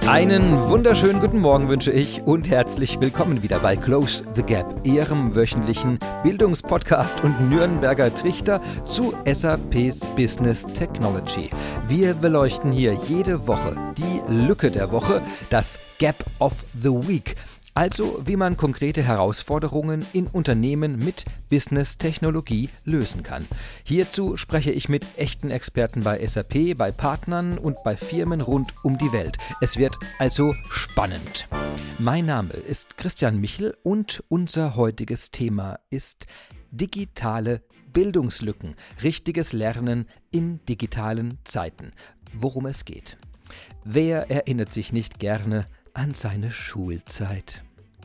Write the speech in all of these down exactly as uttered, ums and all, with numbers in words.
Einen wunderschönen guten Morgen wünsche ich und herzlich willkommen wieder bei Close the Gap, Ihrem wöchentlichen Bildungspodcast und Nürnberger Trichter zu S A P's Business Technology. Wir beleuchten hier jede Woche die Lücke der Woche, das Gap of the Week. Also, wie man konkrete Herausforderungen in Unternehmen mit Business-Technologie lösen kann. Hierzu spreche ich mit echten Experten bei S A P, bei Partnern und bei Firmen rund um die Welt. Es wird also spannend. Mein Name ist Christian Michel und unser heutiges Thema ist digitale Bildungslücken, richtiges Lernen in digitalen Zeiten. Worum es geht. Wer erinnert sich nicht gerne an seine Schulzeit?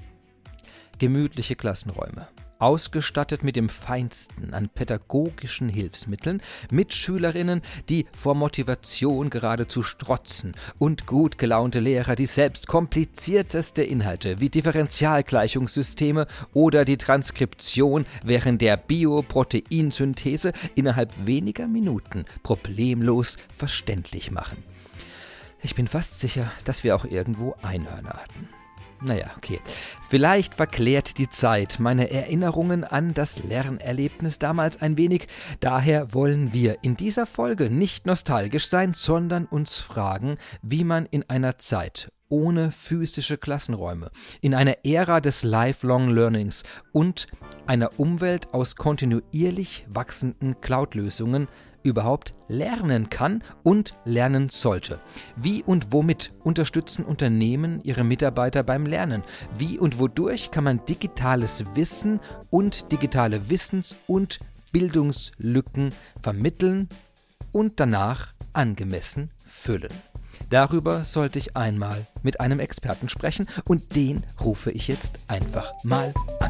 Gemütliche Klassenräume, ausgestattet mit dem Feinsten an pädagogischen Hilfsmitteln, Mitschülerinnen, die vor Motivation geradezu strotzen und gut gelaunte Lehrer, die selbst komplizierteste Inhalte wie Differentialgleichungssysteme oder die Transkription während der Bioproteinsynthese innerhalb weniger Minuten problemlos verständlich machen. Ich bin fast sicher, dass wir auch irgendwo Einhörner hatten. Naja, okay. Vielleicht verklärt die Zeit meine Erinnerungen an das Lernerlebnis damals ein wenig. Daher wollen wir in dieser Folge nicht nostalgisch sein, sondern uns fragen, wie man in einer Zeit ohne physische Klassenräume, in einer Ära des Lifelong Learnings und einer Umwelt aus kontinuierlich wachsenden Cloud-Lösungen überhaupt lernen kann und lernen sollte. Wie und womit unterstützen Unternehmen ihre Mitarbeiter beim Lernen? Wie und wodurch kann man digitales Wissen und digitale Wissens- und Bildungslücken vermitteln und danach angemessen füllen? Darüber sollte ich einmal mit einem Experten sprechen und den rufe ich jetzt einfach mal an.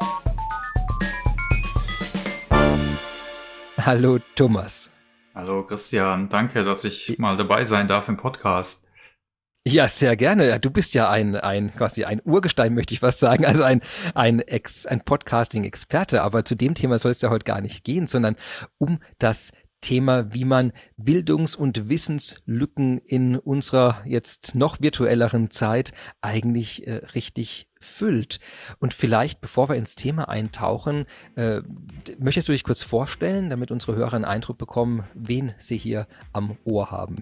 Hallo Thomas. Hallo Christian, danke, dass ich mal dabei sein darf im Podcast. Ja, sehr gerne. Du bist ja ein, ein quasi ein Urgestein, möchte ich fast sagen, also ein, ein, Ex, ein Podcasting-Experte. Aber zu dem Thema soll es ja heute gar nicht gehen, sondern um das Thema, wie man Bildungs- und Wissenslücken in unserer jetzt noch virtuelleren Zeit eigentlich äh, richtig füllt. Und vielleicht, bevor wir ins Thema eintauchen, äh, möchtest du dich kurz vorstellen, damit unsere Hörer einen Eindruck bekommen, wen sie hier am Ohr haben?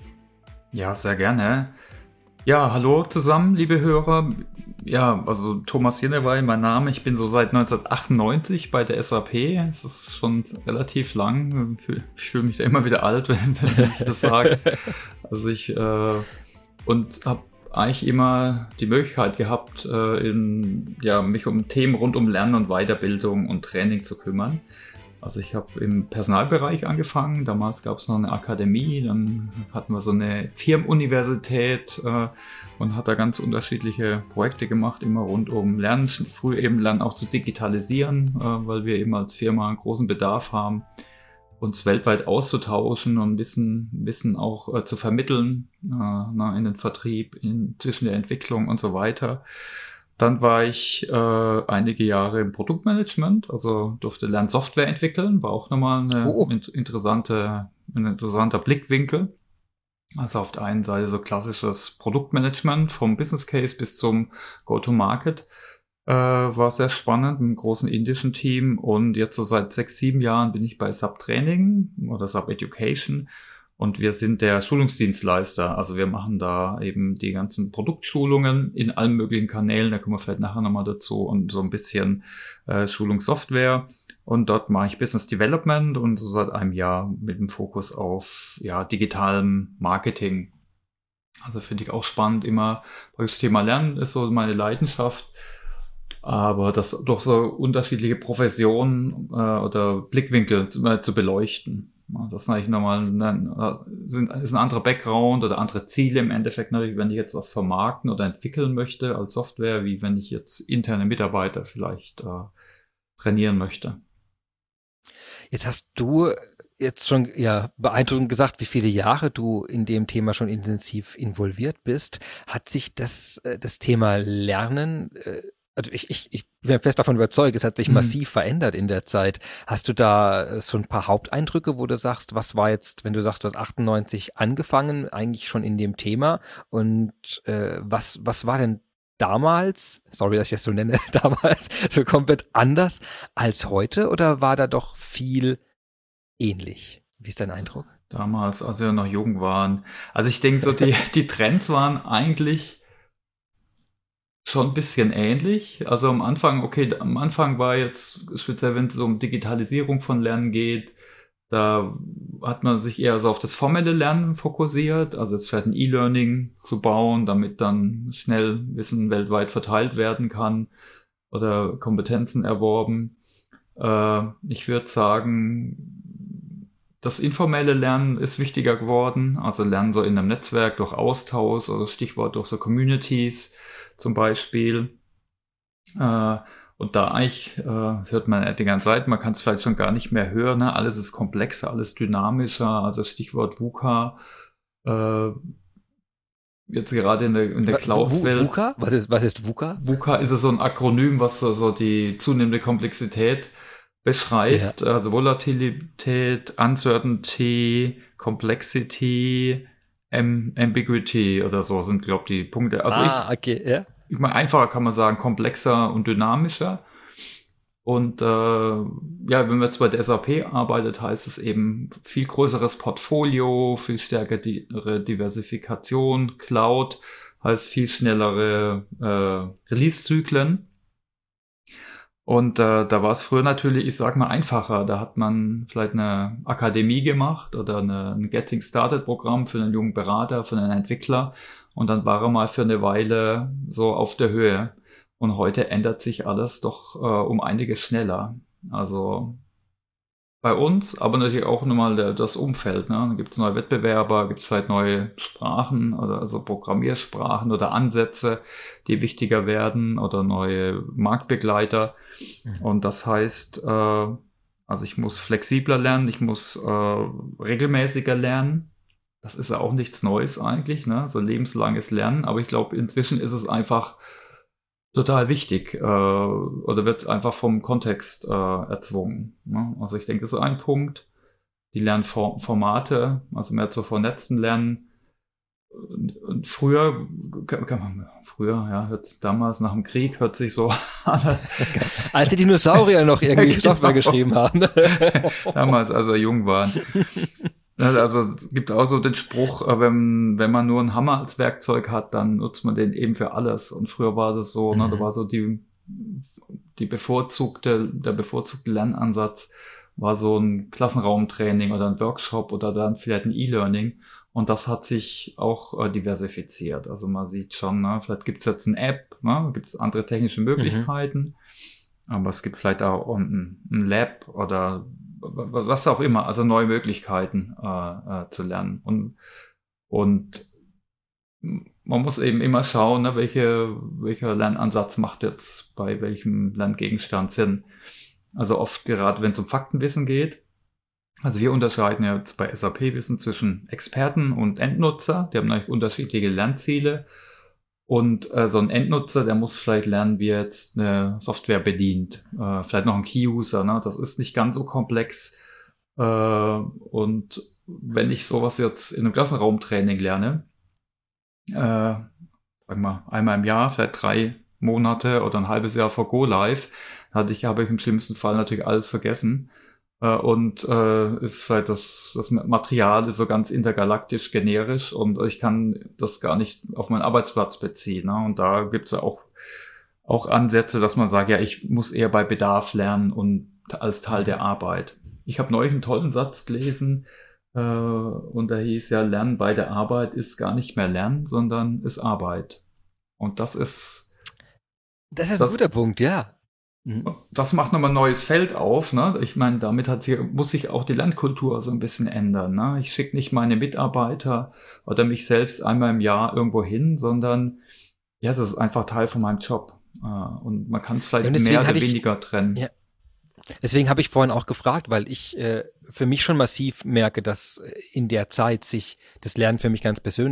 Ja, sehr gerne. Ja, hallo zusammen, liebe Hörer. Ja, also Thomas Jennewein, mein Name. Ich bin so seit neunzehnhundertachtundneunzig bei der S A P. Es ist schon relativ lang. Ich fühle mich da immer wieder alt, wenn, wenn ich das sage. Also ich äh, und habe eigentlich immer die Möglichkeit gehabt, äh, in, ja, mich um Themen rund um Lernen und Weiterbildung und Training zu kümmern. Also ich habe im Personalbereich angefangen, damals gab es noch eine Akademie, dann hatten wir so eine Firmenuniversität äh, und hat da ganz unterschiedliche Projekte gemacht, immer rund um Lernen, früh eben Lernen auch zu digitalisieren, äh, weil wir eben als Firma einen großen Bedarf haben, uns weltweit auszutauschen und Wissen, Wissen auch äh, zu vermitteln, äh, na, in den Vertrieb, in, zwischen der Entwicklung und so weiter. Dann war ich äh, einige Jahre im Produktmanagement, also durfte Lernsoftware entwickeln, war auch nochmal eine Oh. interessante, ein interessanter Blickwinkel. Also auf der einen Seite so klassisches Produktmanagement vom Business Case bis zum Go-to-Market. Äh, war sehr spannend mit einem großen indischen Team und jetzt so seit sechs, sieben Jahren bin ich bei S A P Training oder S A P Education. Und wir sind der Schulungsdienstleister, also wir machen da eben die ganzen Produktschulungen in allen möglichen Kanälen, da kommen wir vielleicht nachher nochmal dazu, und so ein bisschen äh, Schulungssoftware. Und dort mache ich Business Development und so seit einem Jahr mit dem Fokus auf ja digitalem Marketing. Also finde ich auch spannend, immer das Thema Lernen ist so meine Leidenschaft, aber das durch so unterschiedliche Professionen äh, oder Blickwinkel zu, äh, zu beleuchten. Das ist eigentlich nochmal ein, sind, ist ein anderer Background oder andere Ziele im Endeffekt, natürlich, wenn ich jetzt was vermarkten oder entwickeln möchte als Software, wie wenn ich jetzt interne Mitarbeiter vielleicht äh, trainieren möchte. Jetzt hast du jetzt schon ja beeindruckend gesagt, wie viele Jahre du in dem Thema schon intensiv involviert bist. Hat sich das, das Thema Lernen also ich, ich, ich bin fest davon überzeugt, es hat sich Mhm. massiv verändert in der Zeit. Hast du da äh, so ein paar Haupteindrücke, wo du sagst, was war jetzt, wenn du sagst, du hast achtundneunzig angefangen, eigentlich schon in dem Thema und äh, was, was war denn damals, sorry, dass ich das so nenne, damals so komplett anders als heute oder war da doch viel ähnlich? Wie ist dein Eindruck? Damals, als wir noch jung waren. Also ich denke so, die, die Trends waren eigentlich schon ein bisschen ähnlich. Also am Anfang, okay, am Anfang war jetzt, speziell wenn es um Digitalisierung von Lernen geht, da hat man sich eher so auf das formelle Lernen fokussiert, also jetzt vielleicht ein E-Learning zu bauen, damit dann schnell Wissen weltweit verteilt werden kann oder Kompetenzen erworben. Äh, ich würde sagen, das informelle Lernen ist wichtiger geworden, also Lernen so in einem Netzwerk durch Austausch oder Stichwort durch so Communities zum Beispiel. Äh, und da eigentlich, äh, das hört man die ganze Zeit, man kann es vielleicht schon gar nicht mehr hören, ne? Alles ist komplexer, alles dynamischer, also Stichwort VUCA. Äh, jetzt gerade in der, in der Wa- Vu- Cloud-Welt. VUCA? Was ist, was ist VUCA? VUCA ist ja so ein Akronym, was so, so die zunehmende Komplexität beschreibt. Also Volatilität, Uncertainty, Complexity, Am Ambiguity oder so sind, glaube ich, die Punkte. Also ah, okay, ja. ich, ich meine, einfacher kann man sagen, komplexer und dynamischer. Und äh, ja, wenn man jetzt bei der S A P arbeitet, heißt es eben viel größeres Portfolio, viel stärkere Diversifikation, Cloud, heißt viel schnellere äh, Release-Zyklen. Und äh, da war es früher natürlich, ich sag mal, einfacher. Da hat man vielleicht eine Akademie gemacht oder eine, ein Getting Started-Programm für einen jungen Berater, für einen Entwickler. Und dann war er mal für eine Weile so auf der Höhe. Und heute ändert sich alles doch äh, um einiges schneller. Also bei uns, aber natürlich auch nochmal der, das Umfeld. Ne? Da gibt es neue Wettbewerber, gibt es vielleicht neue Sprachen oder also Programmiersprachen oder Ansätze, die wichtiger werden oder neue Marktbegleiter. Mhm. Und das heißt, äh, also ich muss flexibler lernen, ich muss äh, regelmäßiger lernen. Das ist ja auch nichts Neues eigentlich, ne? So lebenslanges Lernen. Aber ich glaube, inzwischen ist es einfach total wichtig äh, oder wird einfach vom Kontext äh, erzwungen. Ne? Also ich denke, das ist ein Punkt. Die Lernformate, also mehr zu vernetzten Lernen. Und, und früher, kann, kann man, früher, ja, hört damals nach dem Krieg, hört sich so an. Als die Dinosaurier noch irgendwie Genau. Software geschrieben haben. Damals, als wir jung waren. Also es gibt auch so den Spruch, wenn, wenn man nur einen Hammer als Werkzeug hat, dann nutzt man den eben für alles. Und früher war das so, mhm. ne, da war so die, die bevorzugte, der bevorzugte Lernansatz war so ein Klassenraumtraining oder ein Workshop oder dann vielleicht ein E-Learning. Und das hat sich auch äh, diversifiziert. Also man sieht schon, ne, vielleicht gibt es jetzt eine App, ne, gibt es andere technische Möglichkeiten, mhm. aber es gibt vielleicht auch ein, ein Lab oder was auch immer, also neue Möglichkeiten äh, äh, zu lernen. Und, und man muss eben immer schauen, ne, welche, welcher Lernansatz macht jetzt bei welchem Lerngegenstand Sinn. Also oft gerade, wenn es um Faktenwissen geht. Also wir unterscheiden ja jetzt bei S A P-Wissen zwischen Experten und Endnutzer. Die haben natürlich unterschiedliche Lernziele. Und äh, so ein Endnutzer, der muss vielleicht lernen, wie er jetzt eine Software bedient. Äh, vielleicht noch ein Key-User, ne? Das ist nicht ganz so komplex. Äh, und wenn ich sowas jetzt in einem Klassenraumtraining lerne, äh, sagen wir mal, einmal im Jahr, vielleicht drei Monate oder ein halbes Jahr vor Go-Live, hatte ich, habe ich im schlimmsten Fall natürlich alles vergessen. Und äh, ist vielleicht das, das Material ist so ganz intergalaktisch generisch und ich kann das gar nicht auf meinen Arbeitsplatz beziehen. Ne? Und da gibt es ja auch, auch Ansätze, dass man sagt, ja, ich muss eher bei Bedarf lernen und als Teil der Arbeit. Ich habe neulich einen tollen Satz gelesen äh, und da hieß ja, Lernen bei der Arbeit ist gar nicht mehr Lernen, sondern ist Arbeit. Und das ist... Das ist ein das, guter Punkt, ja. Das macht nochmal ein neues Feld auf. Ne? Ich meine, damit hat sie, muss sich auch die Lernkultur so ein bisschen ändern. Ne? Ich schicke nicht meine Mitarbeiter oder mich selbst einmal im Jahr irgendwo hin, sondern ja, das ist einfach Teil von meinem Job. Und man kann es vielleicht mehr oder ich, weniger trennen. Ja. Deswegen habe ich vorhin auch gefragt, weil ich äh, für mich schon massiv merke, dass in der Zeit sich das Lernen für mich ganz persönlich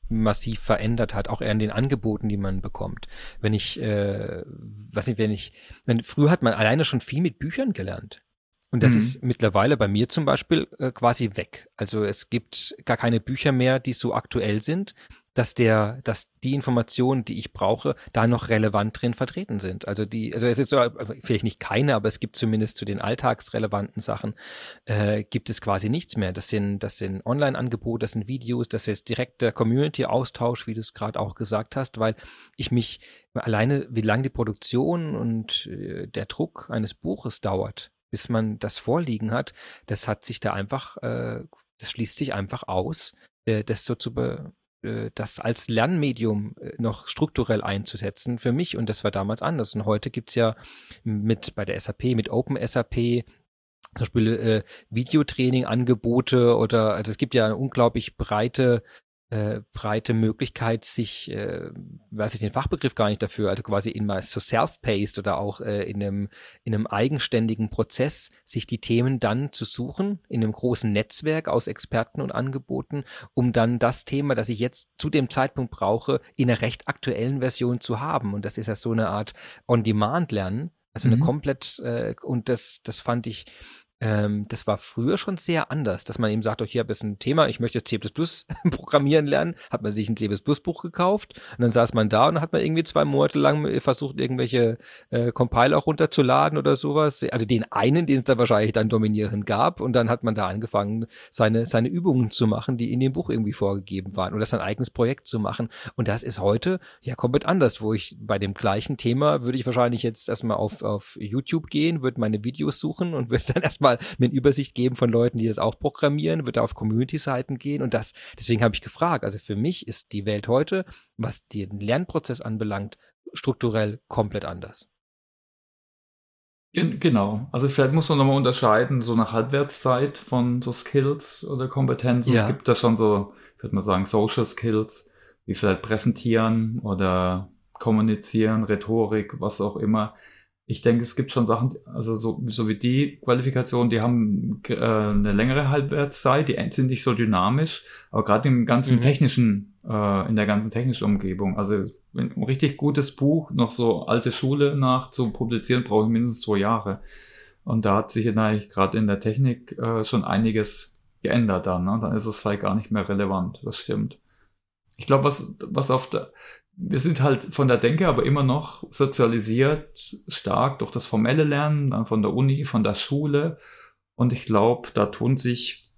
massiv verändert hat, auch eher in den Angeboten, die man bekommt. Wenn ich, äh, weiß nicht, wenn ich, wenn, früher hat man alleine schon viel mit Büchern gelernt. Und das Mhm. ist mittlerweile bei mir zum Beispiel äh, quasi weg. Also es gibt gar keine Bücher mehr, die so aktuell sind, dass der, dass die Informationen, die ich brauche, da noch relevant drin vertreten sind. Also die, also es ist so, vielleicht nicht keine, aber es gibt zumindest zu den alltagsrelevanten Sachen, äh, gibt es quasi nichts mehr. Das sind, das sind Online-Angebote, das sind Videos, das ist direkt der Community-Austausch, wie du es gerade auch gesagt hast, weil ich mich alleine, wie lange die Produktion und äh, der Druck eines Buches dauert, bis man das vorliegen hat, das hat sich da einfach, äh, das schließt sich einfach aus, äh, das so zu be äh, das als Lernmedium äh, noch strukturell einzusetzen für mich. Und das war damals anders. Und heute gibt es ja mit bei der S A P, mit OpenSAP, zum Beispiel äh, Videotraining-Angebote oder, also es gibt ja eine unglaublich breite äh, breite Möglichkeit, sich, äh, weiß ich den Fachbegriff gar nicht dafür, also quasi in mal so self-paced oder auch äh, in einem, in einem eigenständigen Prozess, sich die Themen dann zu suchen, in einem großen Netzwerk aus Experten und Angeboten, um dann das Thema, das ich jetzt zu dem Zeitpunkt brauche, in einer recht aktuellen Version zu haben. Und das ist ja so eine Art On-Demand-Lernen, also eine Mhm. komplett, äh, und das, das fand ich, ähm, das war früher schon sehr anders, dass man eben sagt, okay, ich habe jetzt ein Thema, ich möchte jetzt C plus plus programmieren lernen, hat man sich ein C plus plus Buch gekauft und dann saß man da und dann hat man irgendwie zwei Monate lang versucht, irgendwelche äh, Compiler runterzuladen oder sowas. Also den einen, den es da wahrscheinlich dann dominierend gab, und dann hat man da angefangen, seine, seine Übungen zu machen, die in dem Buch irgendwie vorgegeben waren, oder sein eigenes Projekt zu machen. Und das ist heute ja komplett anders, wo ich bei dem gleichen Thema würde ich wahrscheinlich jetzt erstmal auf, auf YouTube gehen, würde meine Videos suchen und würde dann erstmal mir eine Übersicht geben von Leuten, die das auch programmieren, würde auf Community-Seiten gehen und das, deswegen habe ich gefragt, also für mich ist die Welt heute, was den Lernprozess anbelangt, strukturell komplett anders. Gen genau. Also vielleicht muss man nochmal unterscheiden, so eine Halbwertszeit von so Skills oder Kompetenzen. Es Ja. gibt da schon so, ich würde mal sagen, Social Skills, wie vielleicht präsentieren oder kommunizieren, Rhetorik, was auch immer. Ich denke, es gibt schon Sachen, also so, so wie die Qualifikationen, die haben äh, eine längere Halbwertszeit, die sind nicht so dynamisch, aber gerade im ganzen Mhm. technischen, äh, in der ganzen technischen Umgebung, also wenn ein richtig gutes Buch, noch so alte Schule nach zu publizieren, brauche ich mindestens zwei Jahre. Und da hat sich ja eigentlich gerade in der Technik äh, schon einiges geändert dann, ne? Dann ist es vielleicht gar nicht mehr relevant, das stimmt. Ich glaube, was, was auf der, wir sind halt von der Denke aber immer noch sozialisiert stark durch das formelle Lernen, dann von der Uni, von der Schule. Und ich glaube, da tun sich,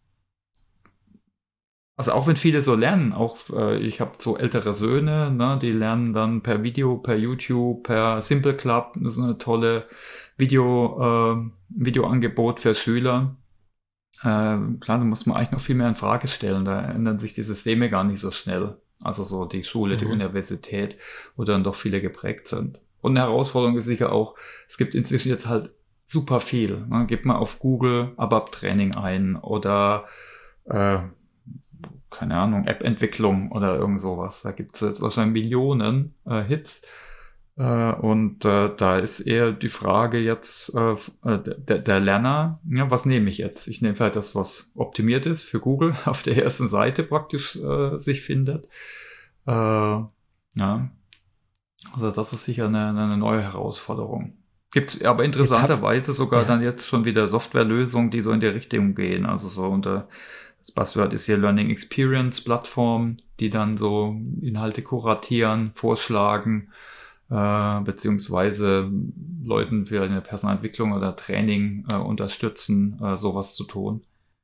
also auch wenn viele so lernen, auch äh, ich habe so ältere Söhne, ne, die lernen dann per Video, per YouTube, per Simple Club, das ist eine tolle Video, äh, Videoangebot für Schüler. Äh, klar, da muss man eigentlich noch viel mehr in Frage stellen, da ändern sich die Systeme gar nicht so schnell. Also so die Schule, die Mhm. Universität, wo dann doch viele geprägt sind. Und eine Herausforderung ist sicher auch, es gibt inzwischen jetzt halt super viel. Ne? Gebt mal auf Google A B A P-Training ein oder äh, keine Ahnung, App-Entwicklung oder irgend sowas. Da gibt es jetzt wahrscheinlich Millionen äh, Hits. Äh, und äh, da ist eher die Frage jetzt, äh, der, der Lerner, ja, was nehme ich jetzt? Ich nehme vielleicht das, was optimiert ist für Google, auf der ersten Seite praktisch äh, sich findet. Äh, ja, also das ist sicher eine, eine neue Herausforderung. Gibt es aber interessanterweise sogar ja. dann jetzt schon wieder Softwarelösungen, die so in die Richtung gehen. Also so unter das Buzzword ist hier Learning Experience Plattform, die dann so Inhalte kuratieren, vorschlagen, äh, beziehungsweise Leuten für eine Personalentwicklung oder Training äh, unterstützen, äh, sowas zu tun.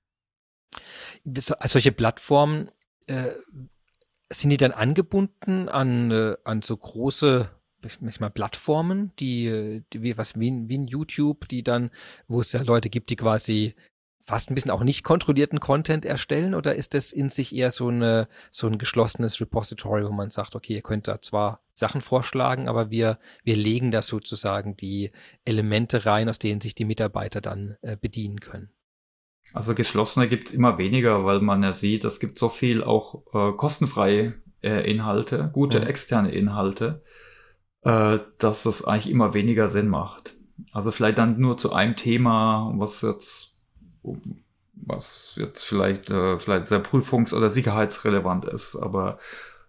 So- Solche Plattformen, äh, sind die dann angebunden an, äh, an so große, manchmal Plattformen, die, äh, die wie, was, wie, ein- wie ein YouTube, die dann, wo es ja Leute gibt, die quasi fast ein bisschen auch nicht kontrollierten Content erstellen, oder ist das in sich eher so eine, so ein geschlossenes Repository, wo man sagt, okay, ihr könnt da zwar Sachen vorschlagen, aber wir, wir legen da sozusagen die Elemente rein, aus denen sich die Mitarbeiter dann äh, bedienen können? Also geschlossene gibt's immer weniger, weil man ja sieht, es gibt so viel auch äh, kostenfreie äh, Inhalte, gute Mhm. externe Inhalte, äh, dass es eigentlich immer weniger Sinn macht. Also vielleicht dann nur zu einem Thema, was jetzt was jetzt vielleicht äh, vielleicht sehr prüfungs- oder sicherheitsrelevant ist, aber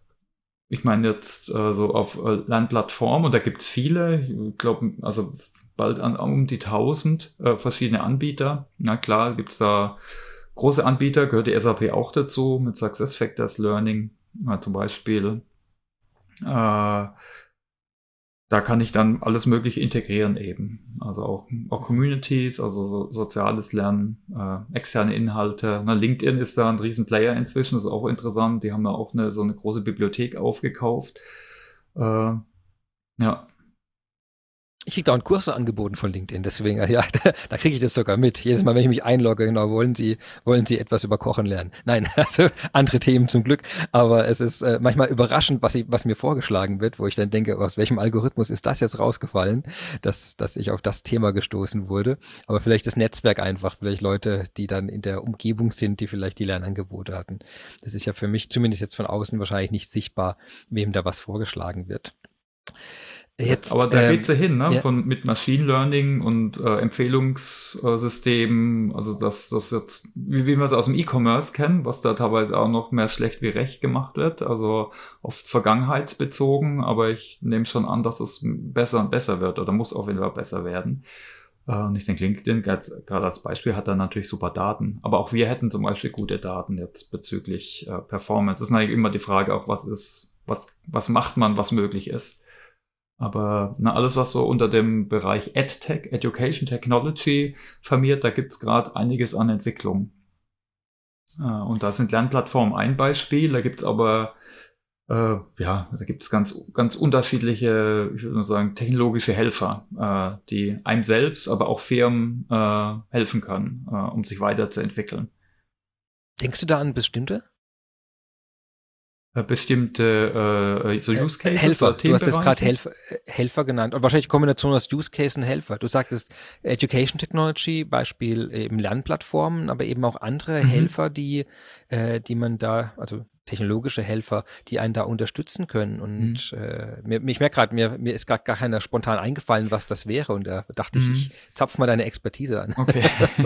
ich meine jetzt äh, so auf äh, Lernplattformen, und da gibt's viele, ich glaube, also bald an um die tausend äh, verschiedene Anbieter. Na klar, gibt's da große Anbieter, gehört die S A P auch dazu, mit SuccessFactors Learning äh, zum Beispiel. Äh, Da kann ich dann alles Mögliche integrieren eben. Also auch, auch Communities, also so soziales Lernen, äh, externe Inhalte. Na, LinkedIn ist da ein Riesenplayer inzwischen, das ist auch interessant. Die haben da auch eine, so eine große Bibliothek aufgekauft. Äh, ja. Ich kriege da auch einen Kurs angeboten von LinkedIn, deswegen, ja, da, da kriege ich das sogar mit. Jedes Mal, wenn ich mich einlogge, genau, wollen Sie, wollen Sie etwas über Kochen lernen? Nein, also andere Themen zum Glück, aber es ist äh, manchmal überraschend, was, ich, was mir vorgeschlagen wird, wo ich dann denke, aus welchem Algorithmus ist das jetzt rausgefallen, dass, dass ich auf das Thema gestoßen wurde. Aber vielleicht das Netzwerk einfach, vielleicht Leute, die dann in der Umgebung sind, die vielleicht die Lernangebote hatten. Das ist ja für mich zumindest jetzt von außen wahrscheinlich nicht sichtbar, wem da was vorgeschlagen wird. Jetzt, aber da ähm, geht's ja hin, ne? Ja. Von mit Machine Learning und äh, Empfehlungssystemen, also das, das jetzt, wie, wie wir es aus dem E-Commerce kennen, was da teilweise auch noch mehr schlecht wie recht gemacht wird, also oft vergangenheitsbezogen, aber ich nehme schon an, dass es besser und besser wird oder muss auf jeden Fall besser werden. Äh, und ich denke, LinkedIn, gerade als Beispiel, hat da natürlich super Daten, aber auch wir hätten zum Beispiel gute Daten jetzt bezüglich äh, Performance. Das ist natürlich immer die Frage auch, was ist, was, was macht man, was möglich ist. Aber na, alles, was so unter dem Bereich EdTech, Education Technology firmiert, da gibt's gerade einiges an Entwicklung. Äh, und da sind Lernplattformen ein Beispiel, da gibt's aber, äh, ja, da gibt's ganz, ganz unterschiedliche, ich würde mal sagen, technologische Helfer, äh, die einem selbst, aber auch Firmen äh, helfen können, äh, um sich weiterzuentwickeln. Denkst du da an bestimmte? Bestimmte äh, so Use Cases? Helfer, du hast jetzt gerade Helfer, Helfer genannt und wahrscheinlich Kombination aus Use Case und Helfer. Du sagtest Education Technology, Beispiel eben Lernplattformen, aber eben auch andere mhm. Helfer, die, äh, die man da, also technologische Helfer, die einen da unterstützen können. Und mhm. äh, mir, ich merke gerade, mir, mir ist gerade gar keiner spontan eingefallen, was das wäre. Und da dachte mhm. ich, ich zapf mal deine Expertise an. Okay.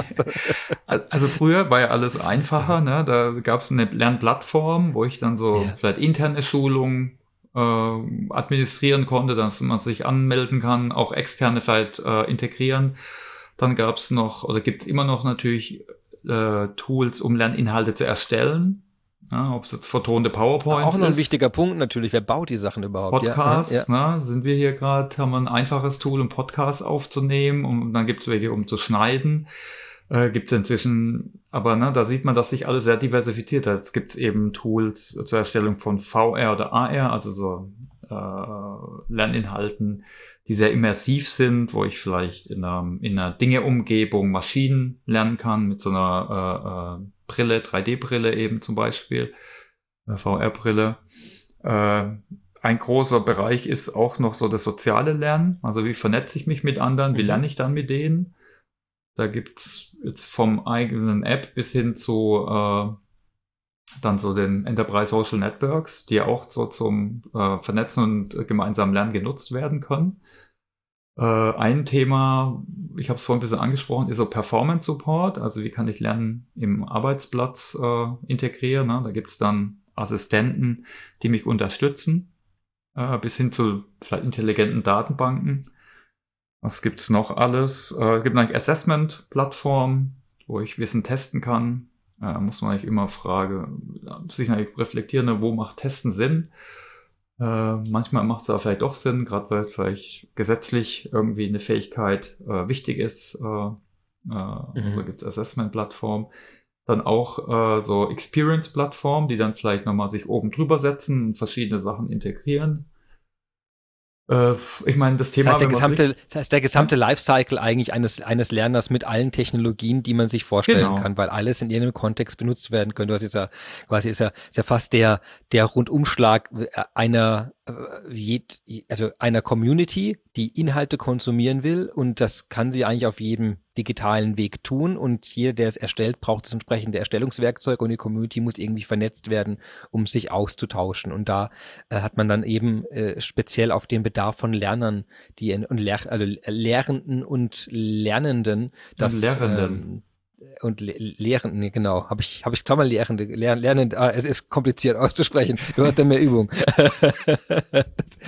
Also früher war ja alles einfacher, ne? Da gab es eine Lernplattform, wo ich dann so ja. vielleicht interne Schulungen äh, administrieren konnte, dass man sich anmelden kann, auch externe vielleicht äh, integrieren. Dann gab es noch, oder gibt es immer noch natürlich äh, Tools, um Lerninhalte zu erstellen. Ja, ob es jetzt vertonte PowerPoints ist. Auch noch ein ist. wichtiger Punkt natürlich, wer baut die Sachen überhaupt? Podcasts, ja, ja. Ne, sind wir hier gerade, haben wir ein einfaches Tool, um Podcasts aufzunehmen, und dann gibt es welche, um zu schneiden. Äh, gibt es inzwischen, aber ne, da sieht man, dass sich alles sehr diversifiziert hat. Es gibt eben Tools zur Erstellung von V R oder A R, also so äh, Lerninhalten, die sehr immersiv sind, wo ich vielleicht in einer, in einer Dinge-Umgebung Maschinen lernen kann, mit so einer äh, äh, Brille, drei D-Brille eben zum Beispiel, äh, V R-Brille. Äh, ein großer Bereich ist auch noch so das soziale Lernen, also wie vernetze ich mich mit anderen, wie lerne ich dann mit denen. Da gibt's jetzt vom eigenen App bis hin zu äh, dann so den Enterprise Social Networks, die auch so zum äh, Vernetzen und äh, gemeinsamen Lernen genutzt werden können. Äh, ein Thema, ich habe es vorhin ein bisschen angesprochen, ist so Performance Support. Also wie kann ich Lernen im Arbeitsplatz äh, integrieren? Ne? Da gibt's dann Assistenten, die mich unterstützen, äh, bis hin zu vielleicht intelligenten Datenbanken. Was gibt's noch alles? Äh, es gibt eigentlich Assessment-Plattformen, wo ich Wissen testen kann. Äh, muss man eigentlich immer fragen, sich eigentlich reflektieren, wo macht Testen Sinn? Äh, manchmal macht es aber vielleicht doch Sinn, gerade weil vielleicht gesetzlich irgendwie eine Fähigkeit äh, wichtig ist. Äh, äh, mhm. Also gibt es Assessment-Plattformen. Dann auch äh, so Experience-Plattformen, die dann vielleicht nochmal sich oben drüber setzen und verschiedene Sachen integrieren. Ich meine, das Thema... Das heißt, der gesamte, das heißt, der gesamte ja. Lifecycle eigentlich eines, eines Lerners mit allen Technologien, die man sich vorstellen genau. kann, weil alles in irgendeinem Kontext benutzt werden könnte. Du hast jetzt ja quasi, ist ja, ist ja fast der, der Rundumschlag einer, also einer Community, die Inhalte konsumieren will, und das kann sie eigentlich auf jedem digitalen Weg tun, und jeder, der es erstellt, braucht das entsprechende Erstellungswerkzeug, und die Community muss irgendwie vernetzt werden, um sich auszutauschen, und da äh, hat man dann eben äh, speziell auf den Bedarf von Lernern, die und Lehr also Lehrenden und Lernenden, das Lehrenden. und Le- Lehrende, nee, genau, habe ich, habe ich zweimal Lehrende, Lern, Lernende, ah, es ist kompliziert auszusprechen, du hast da mehr Übung. das,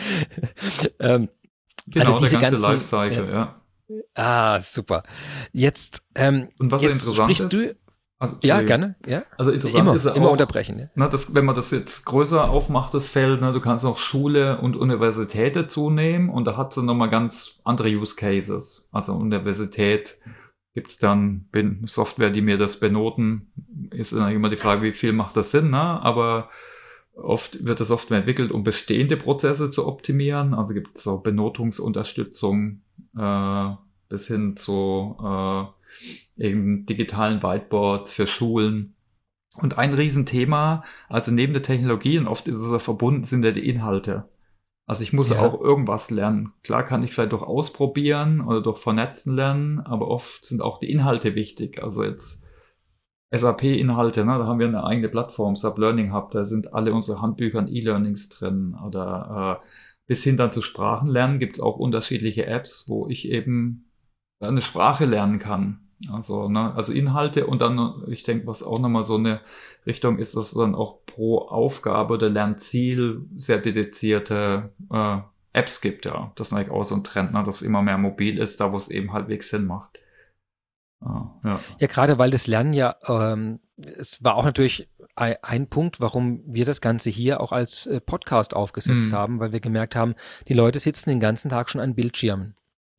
ähm, Genau, also diese der ganze ganzen, Lifecycle, äh, ja. ah, super. Jetzt, ähm, Und was so jetzt interessant sprichst du, ist, also ja, Entschuldigung, gerne, ja, also interessant immer, ist ja immer auch, unterbrechen, ja. ne, dass, wenn man das jetzt größer aufmacht, das Feld, ne, du kannst auch Schule und Universität dazu nehmen und da hat sie nochmal ganz andere Use Cases. Also Universität gibt's dann bin- Software, die mir das benoten, ist dann immer die Frage, wie viel macht das Sinn, ne? Aber oft wird die Software entwickelt, um bestehende Prozesse zu optimieren. Also gibt es so Benotungsunterstützung äh, bis hin zu äh, eben digitalen Whiteboards für Schulen. Und ein Riesenthema, also neben der Technologie, und oft ist es ja verbunden, sind ja die Inhalte. Also ich muss Ja. auch irgendwas lernen. Klar kann ich vielleicht durch Ausprobieren oder durch Vernetzen lernen, aber oft sind auch die Inhalte wichtig. Also jetzt S A P-Inhalte, ne? Da haben wir eine eigene Plattform, Sub Learning Hub, da sind alle unsere Handbücher und E-Learnings drin. Oder äh, bis hin dann zu Sprachenlernen gibt es auch unterschiedliche Apps, wo ich eben eine Sprache lernen kann. Also, ne, also Inhalte und dann, ich denke, was auch nochmal so eine Richtung ist, dass es dann auch pro Aufgabe oder Lernziel sehr dedizierte äh, Apps gibt, ja. Das ist eigentlich auch so ein Trend, ne, dass immer mehr mobil ist, da wo es eben halbwegs Sinn macht. Ah, ja. Ja, gerade weil das Lernen ja, ähm, es war auch natürlich ein, ein Punkt, warum wir das Ganze hier auch als äh, Podcast aufgesetzt Mhm. haben, weil wir gemerkt haben, die Leute sitzen den ganzen Tag schon an Bildschirmen.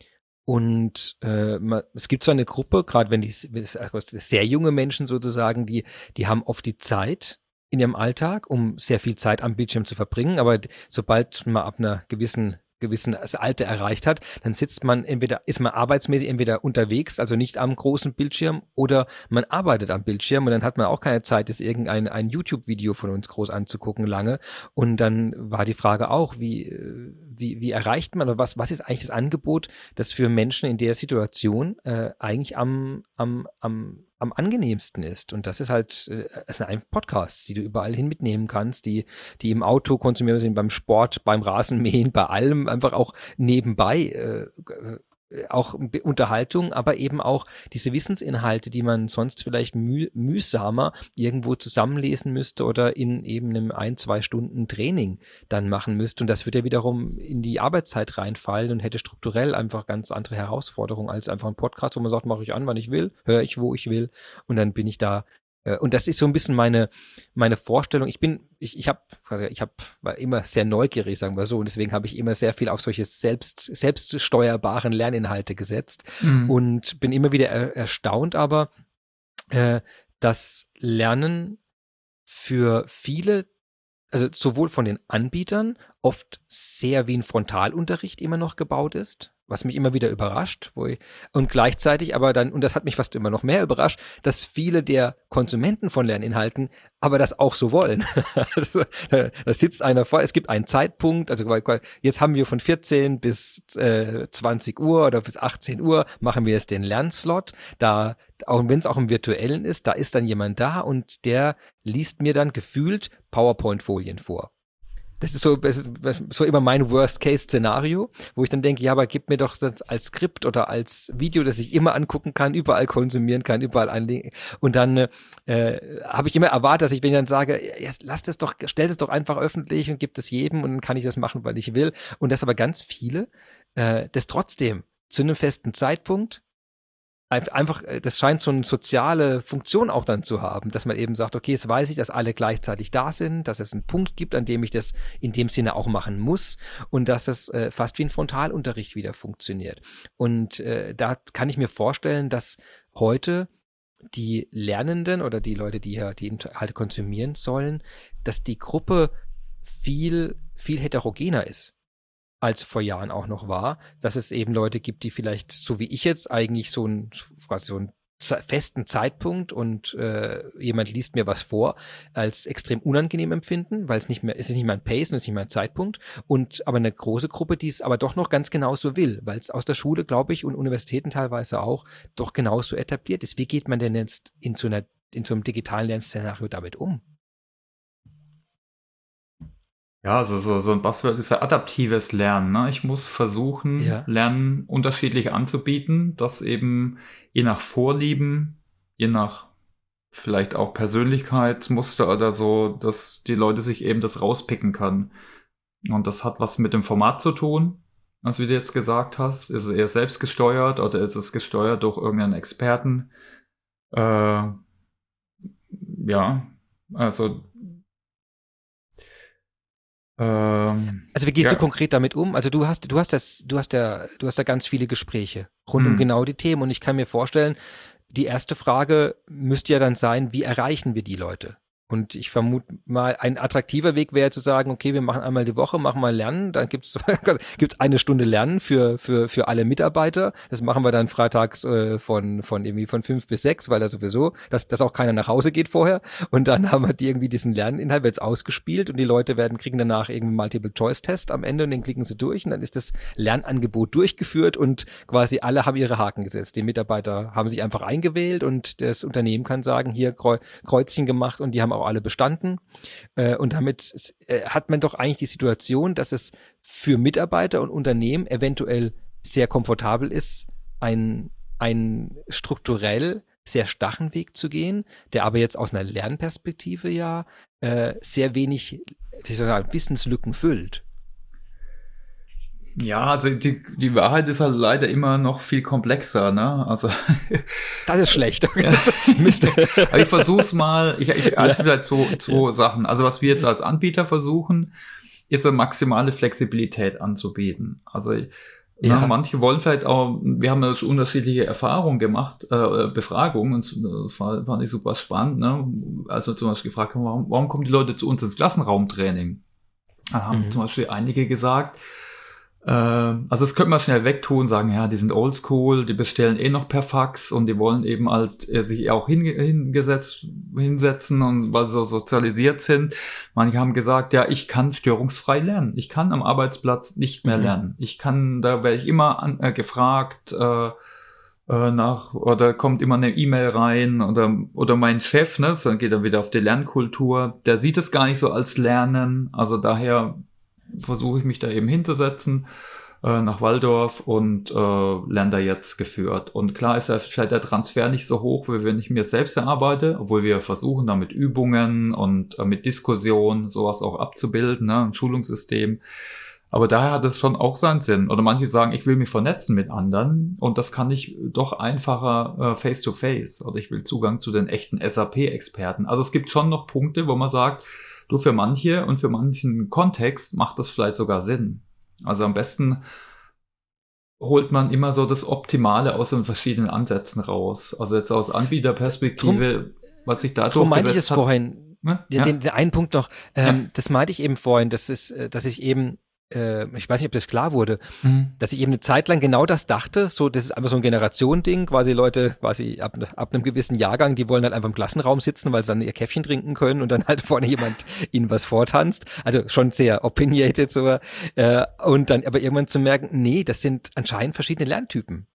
Und äh, ma- es gibt zwar eine Gruppe, gerade wenn die s- wenn es- also sehr junge Menschen sozusagen, die, die haben oft die Zeit in ihrem Alltag, um sehr viel Zeit am Bildschirm zu verbringen, aber d- sobald man ab einer gewissen gewissen Alter erreicht hat, dann sitzt man entweder, ist man arbeitsmäßig entweder unterwegs, also nicht am großen Bildschirm, oder man arbeitet am Bildschirm und dann hat man auch keine Zeit, das irgendein ein YouTube-Video von uns groß anzugucken lange. Und dann war die Frage auch, wie, äh, wie, wie erreicht man oder was, was ist eigentlich das Angebot, das für Menschen in der Situation äh, eigentlich am, am, am, am angenehmsten ist. Und das ist halt, äh, es sind einfach Podcasts, die du überall hin mitnehmen kannst, die, die im Auto konsumieren sind, beim Sport, beim Rasenmähen, bei allem, einfach auch nebenbei, äh, äh, auch Be- Unterhaltung, aber eben auch diese Wissensinhalte, die man sonst vielleicht müh mühsamer irgendwo zusammenlesen müsste oder in eben einem ein, zwei Stunden Training dann machen müsste. Und das wird ja wiederum in die Arbeitszeit reinfallen und hätte strukturell einfach ganz andere Herausforderungen als einfach ein Podcast, wo man sagt, mache ich an, wann ich will, höre ich, wo ich will und dann bin ich da. Äh, Und das ist so ein bisschen meine, meine Vorstellung. Ich bin, ich, ich habe, ich hab, war immer sehr neugierig, sagen wir so, und deswegen habe ich immer sehr viel auf solche selbst, selbststeuerbaren Lerninhalte gesetzt Mhm. und bin immer wieder er, erstaunt, aber äh, dass Lernen für viele, also sowohl von den Anbietern, oft sehr wie ein Frontalunterricht immer noch gebaut ist, was mich immer wieder überrascht, wo ich, und gleichzeitig aber dann, und das hat mich fast immer noch mehr überrascht, dass viele der Konsumenten von Lerninhalten aber das auch so wollen. Also, da, da sitzt einer vor, es gibt einen Zeitpunkt, also weil- jetzt haben wir von vierzehn bis äh, zwanzig Uhr oder bis achtzehn Uhr machen wir jetzt den Lernslot, da, auch wenn es auch im Virtuellen ist, da ist dann jemand da und der liest mir dann gefühlt PowerPoint-Folien vor. Das ist so, das ist so immer mein Worst-Case-Szenario, wo ich dann denke, ja, aber gib mir doch das als Skript oder als Video, das ich immer angucken kann, überall konsumieren kann, überall anlegen. Und dann äh, habe ich immer erwartet, dass ich, wenn ich dann sage, ja, lass das doch, stell das doch einfach öffentlich und gib das jedem und dann kann ich das machen, weil ich will. Und dass aber ganz viele äh, das trotzdem zu einem festen Zeitpunkt einfach, das scheint so eine soziale Funktion auch dann zu haben, dass man eben sagt, okay, jetzt weiß ich, dass alle gleichzeitig da sind, dass es einen Punkt gibt, an dem ich das in dem Sinne auch machen muss und dass das äh, fast wie ein Frontalunterricht wieder funktioniert. Und äh, da kann ich mir vorstellen, dass heute die Lernenden oder die Leute, die ja die Inhalte konsumieren sollen, dass die Gruppe viel, viel heterogener ist, als vor Jahren auch noch war, dass es eben Leute gibt, die vielleicht, so wie ich jetzt, eigentlich so einen, quasi so einen festen Zeitpunkt und äh, jemand liest mir was vor, als extrem unangenehm empfinden, weil es nicht mehr, es ist nicht mehr ein Pace und es ist nicht mehr ein Zeitpunkt und aber eine große Gruppe, die es aber doch noch ganz genauso will, weil es aus der Schule, glaube ich, und Universitäten teilweise auch, doch genauso etabliert ist. Wie geht man denn jetzt in so einer, in so einem digitalen Lernszenario damit um? Ja, also so, so ein Buzzword ist ja adaptives Lernen. Ne? Ich muss versuchen, Ja. Lernen unterschiedlich anzubieten, dass eben je nach Vorlieben je nach vielleicht auch Persönlichkeitsmuster oder so, dass die Leute sich eben das rauspicken können. Und das hat was mit dem Format zu tun, was wie du jetzt gesagt hast. Ist es eher selbstgesteuert oder ist es gesteuert durch irgendeinen Experten? Äh, ja, also ähm, Also wie gehst ja. du konkret damit um? Also du hast, du hast das, du hast da, du hast da ganz viele Gespräche rund um Hm. genau die Themen und ich kann mir vorstellen, die erste Frage müsste ja dann sein, wie erreichen wir die Leute? Und ich vermute mal, ein attraktiver Weg wäre zu sagen, okay, wir machen einmal die Woche, machen mal Lernen, dann gibt's gibt's eine Stunde Lernen für für für alle Mitarbeiter. Das machen wir dann freitags äh, von von irgendwie von fünf bis sechs, weil da sowieso, dass dass auch keiner nach Hause geht vorher. Und dann haben wir die irgendwie diesen Lerninhalt wird's ausgespielt und die Leute werden kriegen danach irgendwie einen Multiple-Choice-Test am Ende und den klicken sie durch und dann ist das Lernangebot durchgeführt und quasi alle haben ihre Haken gesetzt. Die Mitarbeiter haben sich einfach eingewählt und das Unternehmen kann sagen, hier Kreuzchen gemacht und die haben auch alle bestanden. Äh, und damit äh, hat man doch eigentlich die Situation, dass es für Mitarbeiter und Unternehmen eventuell sehr komfortabel ist, ein, ein strukturell sehr starren Weg zu gehen, der aber jetzt aus einer Lernperspektive ja äh, sehr wenig, wie soll ich sagen, Wissenslücken füllt. Ja, also die, die Wahrheit ist halt leider immer noch viel komplexer, ne? Also das ist schlecht. Ja. Mist. Aber ich versuch's mal, ich, ich also ja. vielleicht zwei, zwei ja. Sachen. Also was wir jetzt als Anbieter versuchen, ist eine maximale Flexibilität anzubieten. Also ja. na, manche wollen vielleicht auch, wir haben ja unterschiedliche Erfahrungen gemacht, äh, Befragungen, und das war, fand ich super spannend, ne? Also zum Beispiel gefragt haben, warum, warum kommen die Leute zu uns ins Klassenraumtraining? Da haben mhm. zum Beispiel einige gesagt, also das könnte man schnell wegtun, sagen, ja, die sind oldschool, die bestellen eh noch per Fax und die wollen eben halt sich auch hinge- hingesetzt, hinsetzen und weil sie so sozialisiert sind. Manche haben gesagt, ja, ich kann störungsfrei lernen. Ich kann am Arbeitsplatz nicht mehr lernen. Ich kann, da werde ich immer an, äh, gefragt äh, äh, nach, oder kommt immer eine E-Mail rein oder oder mein Chef, ne, dann geht er wieder auf die Lernkultur, der sieht es gar nicht so als Lernen, also daher versuche ich mich da eben hinzusetzen äh, nach Walldorf und äh, lerne da jetzt geführt. Und klar ist ja vielleicht der Transfer nicht so hoch, wie wenn ich mir selbst erarbeite, obwohl wir versuchen, da mit Übungen und äh, mit Diskussion sowas auch abzubilden, ne, ein Schulungssystem. Aber daher hat es schon auch seinen Sinn. Oder manche sagen, ich will mich vernetzen mit anderen und das kann ich doch einfacher äh, face-to-face. Oder ich will Zugang zu den echten S A P-Experten. Also es gibt schon noch Punkte, wo man sagt, du, für manche und für manchen Kontext macht das vielleicht sogar Sinn. Also am besten holt man immer so das Optimale aus den verschiedenen Ansätzen raus. Also jetzt aus Anbieterperspektive, drum, was ich da drum meinte ich es hat, vorhin. Ne? Den, Ja. den, den einen Punkt noch, ähm, Ja. das meinte ich eben vorhin, das ist, dass ich eben, äh, ich weiß nicht, ob das klar wurde, Mhm. dass ich eben eine Zeit lang genau das dachte, so, das ist einfach so ein Generationending, quasi Leute, quasi ab, ab einem gewissen Jahrgang, die wollen halt einfach im Klassenraum sitzen, weil sie dann ihr Käffchen trinken können und dann halt vorne jemand ihnen was vortanzt, also schon sehr opinionated so, äh, und dann aber irgendwann zu merken, nee, das sind anscheinend verschiedene Lerntypen.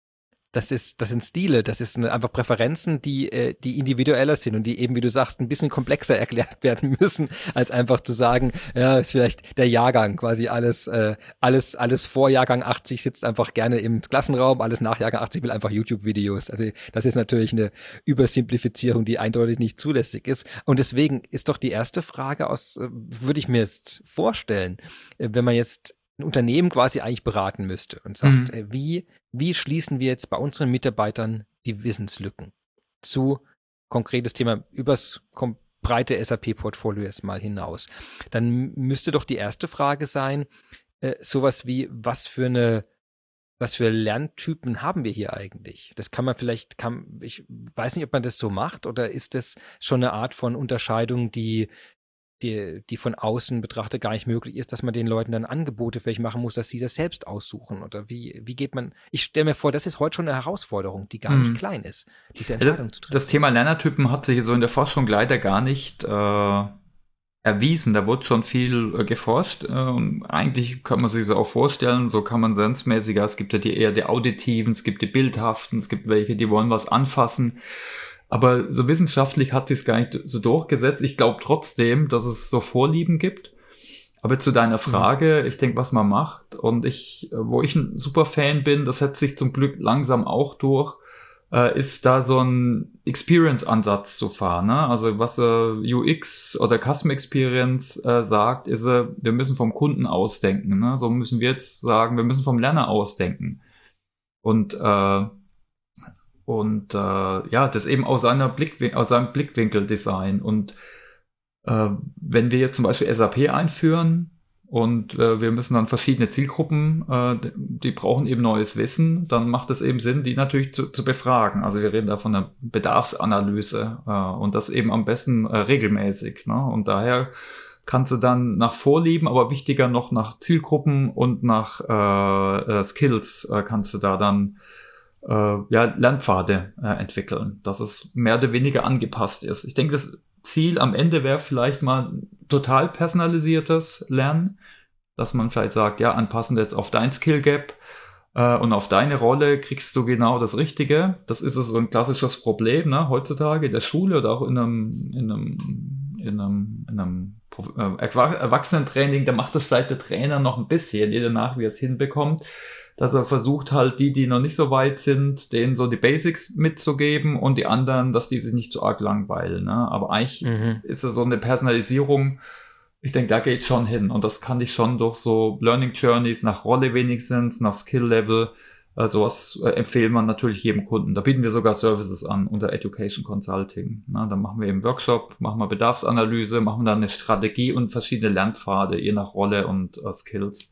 Das ist, das sind Stile, das ist eine, einfach Präferenzen, die, äh, die individueller sind und die eben, wie du sagst, ein bisschen komplexer erklärt werden müssen, als einfach zu sagen, ja, ist vielleicht der Jahrgang, quasi alles, äh, alles, alles vor Jahrgang achtzig sitzt einfach gerne im Klassenraum, alles nach Jahrgang achtzig will einfach YouTube-Videos. Also das ist natürlich eine Übersimplifizierung, die eindeutig nicht zulässig ist. Und deswegen ist doch die erste Frage aus, äh, würde ich mir jetzt vorstellen, äh, wenn man jetzt ein Unternehmen quasi eigentlich beraten müsste und sagt, Mhm. wie, wie schließen wir jetzt bei unseren Mitarbeitern die Wissenslücken zu konkretes Thema übers kom- breite S A P-Portfolio jetzt mal hinaus. Dann müsste doch die erste Frage sein, äh, sowas wie, was für eine was für Lerntypen haben wir hier eigentlich? Das kann man vielleicht, kann, ich weiß nicht, ob man das so macht oder ist das schon eine Art von Unterscheidung, die Die, die von außen betrachtet gar nicht möglich ist, dass man den Leuten dann Angebote vielleicht machen muss, dass sie das selbst aussuchen? Oder wie, wie geht man, ich stelle mir vor, das ist heute schon eine Herausforderung, die gar Mhm. nicht klein ist, diese Entscheidung zu treffen. Das Thema Lernertypen hat sich so in der Forschung leider gar nicht äh, erwiesen. Da wurde schon viel äh, geforscht. Äh, und eigentlich kann man sich so auch vorstellen, so kann man sensmäßiger, es gibt ja die eher die auditiven, es gibt die bildhaften, es gibt welche, die wollen was anfassen. Aber so wissenschaftlich hat sich es gar nicht so durchgesetzt. Ich glaube trotzdem, dass es so Vorlieben gibt. Aber zu deiner Frage, mhm. ich denke, was man macht und ich, wo ich ein super Fan bin, das setzt sich zum Glück langsam auch durch, äh, ist da so ein Experience-Ansatz zu fahren. Ne? Also was äh, U X oder Custom Experience äh, sagt, ist, äh, wir müssen vom Kunden ausdenken. Ne? So müssen wir jetzt sagen, wir müssen vom Lerner ausdenken. Und äh, und äh, ja, das eben aus seiner Blickwin- aus seinem Blickwinkel Design. Und äh, wenn wir jetzt zum Beispiel S A P einführen und äh, wir müssen dann verschiedene Zielgruppen, äh, die brauchen eben neues Wissen, dann macht es eben Sinn, die natürlich zu, zu befragen. Also wir reden da von einer Bedarfsanalyse äh, und das eben am besten äh, regelmäßig. Ne? Und daher kannst du dann nach Vorlieben, aber wichtiger noch nach Zielgruppen und nach äh, äh, Skills äh, kannst du da dann äh, ja, Lernpfade äh, entwickeln, dass es mehr oder weniger angepasst ist. Ich denke, das Ziel am Ende wäre vielleicht mal total personalisiertes Lernen, dass man vielleicht sagt, ja, anpassend jetzt auf dein Skill Gap äh, und auf deine Rolle kriegst du genau das Richtige. Das ist so ein klassisches Problem, ne, heutzutage in der Schule oder auch in einem, in einem, in einem, in einem äh, Erwachsenentraining. Da macht das vielleicht der Trainer noch ein bisschen, je danach, wie er es hinbekommt, dass er versucht halt die, die noch nicht so weit sind, denen so die Basics mitzugeben und die anderen, dass die sich nicht zu arg langweilen. Ne? Aber eigentlich mhm. ist es so eine Personalisierung, ich denke, da geht schon hin. Und das kann ich schon durch so Learning Journeys nach Rolle wenigstens, nach Skill Level, äh, sowas äh, empfehlen wir natürlich jedem Kunden. Da bieten wir sogar Services an unter Education Consulting. Ne? Dann machen wir eben Workshop, machen wir Bedarfsanalyse, machen dann eine Strategie und verschiedene Lernpfade, je nach Rolle und äh, Skills.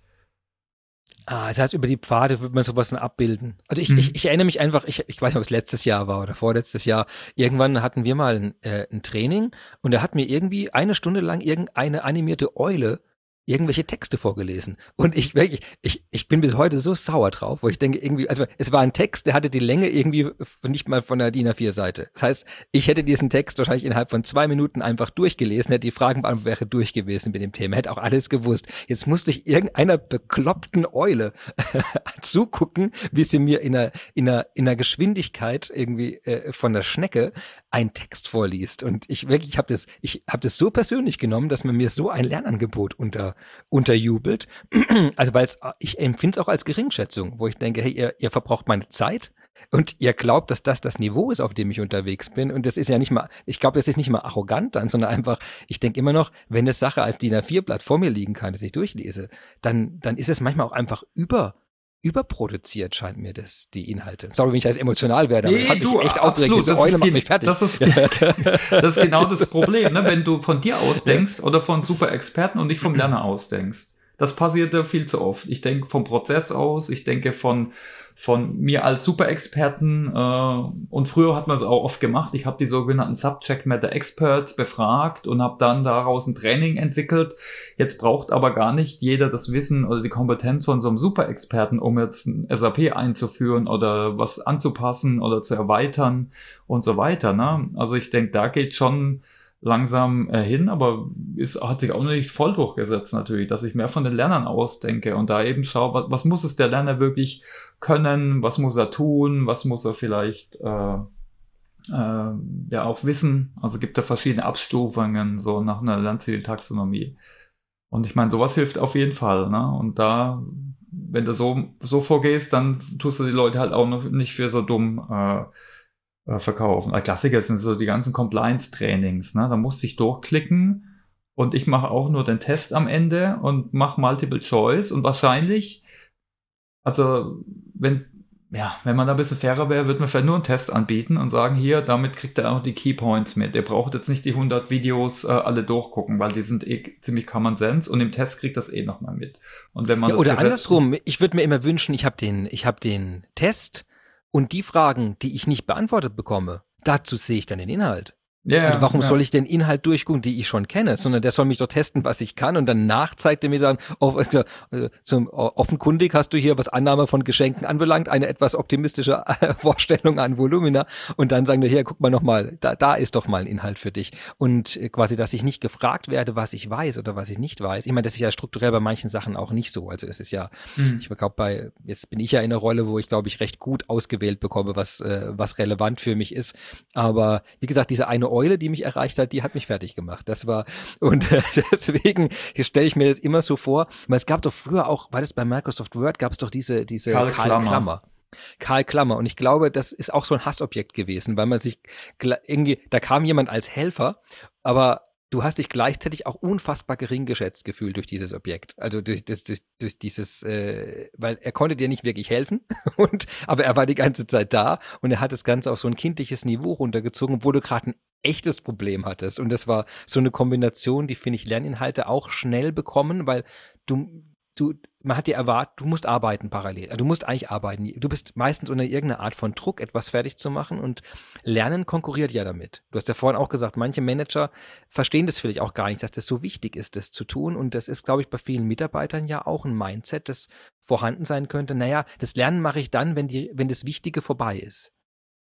Ah, das heißt, über die Pfade wird man sowas dann abbilden. Also ich, mhm. ich, ich erinnere mich einfach, ich, ich weiß nicht, ob es letztes Jahr war oder vorletztes Jahr, irgendwann hatten wir mal ein, äh, ein Training und da hat mir irgendwie eine Stunde lang irgendeine animierte Eule irgendwelche Texte vorgelesen. Und ich, ich, ich, ich bin bis heute so sauer drauf, wo ich denke, irgendwie, also es war ein Text, der hatte die Länge irgendwie nicht mal von der D I N A vier Seite. Das heißt, ich hätte diesen Text wahrscheinlich innerhalb von zwei Minuten einfach durchgelesen, hätte die Fragen beantwortet, wäre durch gewesen mit dem Thema, hätte auch alles gewusst. Jetzt musste ich irgendeiner bekloppten Eule zugucken, wie sie mir in einer, in einer, in einer Geschwindigkeit irgendwie äh, von der Schnecke einen Text vorliest. Und ich wirklich, ich habe das, ich habe das so persönlich genommen, dass man mir so ein Lernangebot unter unterjubelt. Also weil es, ich empfinde es auch als Geringschätzung, wo ich denke, hey, ihr, ihr verbraucht meine Zeit und ihr glaubt, dass das das Niveau ist, auf dem ich unterwegs bin. Und das ist ja nicht mal, ich glaube, das ist nicht mal arrogant dann, sondern einfach, ich denke immer noch, wenn eine Sache als D I N A vier Blatt vor mir liegen kann, das ich durchlese, dann, dann ist es manchmal auch einfach über überproduziert, scheint mir das, die Inhalte. Sorry, wenn ich jetzt emotional werde, aber nee, das hat mich du, echt aufgeregt. Diese Eule macht mich fertig. Das ist, das ist genau das Problem, ne? Wenn du von dir ausdenkst oder von Super-Experten und nicht vom Lerner ausdenkst. Das passiert ja viel zu oft. Ich denke vom Prozess aus, ich denke von, von mir als Super-Experten äh, und früher hat man es auch oft gemacht. Ich habe die sogenannten Subject Matter Experts befragt und habe dann daraus ein Training entwickelt. Jetzt braucht aber gar nicht jeder das Wissen oder die Kompetenz von so einem Super-Experten, um jetzt ein S A P einzuführen oder was anzupassen oder zu erweitern und so weiter. Ne? Also ich denke, da geht schon langsam äh, hin, aber es hat sich auch noch nicht voll durchgesetzt natürlich, dass ich mehr von den Lernern ausdenke und da eben schaue, was, was muss es der Lerner wirklich können, was muss er tun, was muss er vielleicht äh, äh, ja auch wissen. Also gibt es verschiedene Abstufungen so nach einer Lernzieltaxonomie. Und ich meine, sowas hilft auf jeden Fall. Ne? Und da, wenn du so, so vorgehst, dann tust du die Leute halt auch noch nicht für so dumm äh, verkaufen. Ein Klassiker sind so die ganzen Compliance-Trainings. Ne? Da musst du dich durchklicken und ich mache auch nur den Test am Ende und mache Multiple Choice und wahrscheinlich, also wenn ja, wenn man da ein bisschen fairer wäre, würde man vielleicht nur einen Test anbieten und sagen, hier, damit kriegt er auch die Key Points mit. Ihr braucht jetzt nicht die hundert Videos äh, alle durchgucken, weil die sind eh ziemlich Common Sense und im Test kriegt das eh nochmal mit. Und wenn man ja, das oder Gesetz andersrum, ich würde mir immer wünschen, ich habe den, ich habe den Test und die Fragen, die ich nicht beantwortet bekomme, dazu sehe ich dann den Inhalt. Ja, also warum ja. soll ich den Inhalt durchgucken, die ich schon kenne? Sondern der soll mich doch testen, was ich kann und danach zeigt er mir dann, oh, äh, zum, oh, offenkundig hast du hier, was Annahme von Geschenken anbelangt, eine etwas optimistische äh, Vorstellung an Volumina und dann sagen wir, hier, guck mal nochmal, da, da ist doch mal ein Inhalt für dich. Und äh, quasi, dass ich nicht gefragt werde, was ich weiß oder was ich nicht weiß. Ich meine, das ist ja strukturell bei manchen Sachen auch nicht so. Also es ist ja, mhm. ich glaube, bei, jetzt bin ich ja in einer Rolle, wo ich, glaube ich, recht gut ausgewählt bekomme, was, äh, was relevant für mich ist. Aber wie gesagt, diese eine Eule, die mich erreicht hat, die hat mich fertig gemacht. Das war, und äh, deswegen stelle ich mir das immer so vor, weil es gab doch früher auch, war das bei Microsoft Word, gab es doch diese, diese Karl Karl Klammer. Klammer. Karl Klammer. Und ich glaube, das ist auch so ein Hassobjekt gewesen, weil man sich gl- irgendwie, da kam jemand als Helfer, aber du hast dich gleichzeitig auch unfassbar gering geschätzt gefühlt durch dieses Objekt. Also durch, das, durch, durch dieses, äh, weil er konnte dir nicht wirklich helfen, und, aber er war die ganze Zeit da und er hat das Ganze auf so ein kindliches Niveau runtergezogen, obwohl du gerade ein echtes Problem hattest. Und das war so eine Kombination, die, finde ich, Lerninhalte auch schnell bekommen, weil du, du, man hat dir erwartet, du musst arbeiten parallel. Also du musst eigentlich arbeiten. Du bist meistens unter irgendeiner Art von Druck, etwas fertig zu machen, und Lernen konkurriert ja damit. Du hast ja vorhin auch gesagt, manche Manager verstehen das vielleicht auch gar nicht, dass das so wichtig ist, das zu tun. Und das ist, glaube ich, bei vielen Mitarbeitern ja auch ein Mindset, das vorhanden sein könnte. Naja, das Lernen mache ich dann, wenn die, wenn das Wichtige vorbei ist.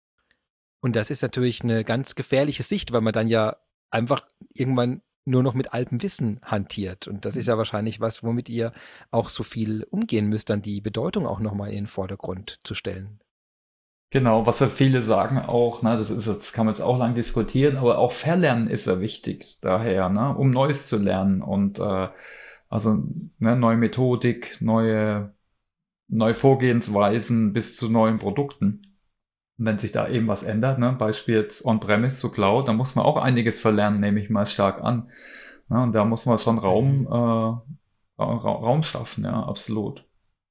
Und das ist natürlich eine ganz gefährliche Sicht, weil man dann ja einfach irgendwann nur noch mit altem Wissen hantiert. Und das ist ja wahrscheinlich was, womit ihr auch so viel umgehen müsst, dann die Bedeutung auch nochmal in den Vordergrund zu stellen. Genau, was ja viele sagen auch, ne, das ist jetzt, kann man jetzt auch lang diskutieren, aber auch Verlernen ist ja wichtig daher, ne, um Neues zu lernen und äh, also ne, neue Methodik, neue, neue Vorgehensweisen bis zu neuen Produkten. Und wenn sich da eben was ändert, ne, Beispiel jetzt On-Premise zu Cloud, da muss man auch einiges verlernen, nehme ich mal stark an. Ne, und da muss man schon Raum, äh, Ra Raum schaffen, ja, absolut.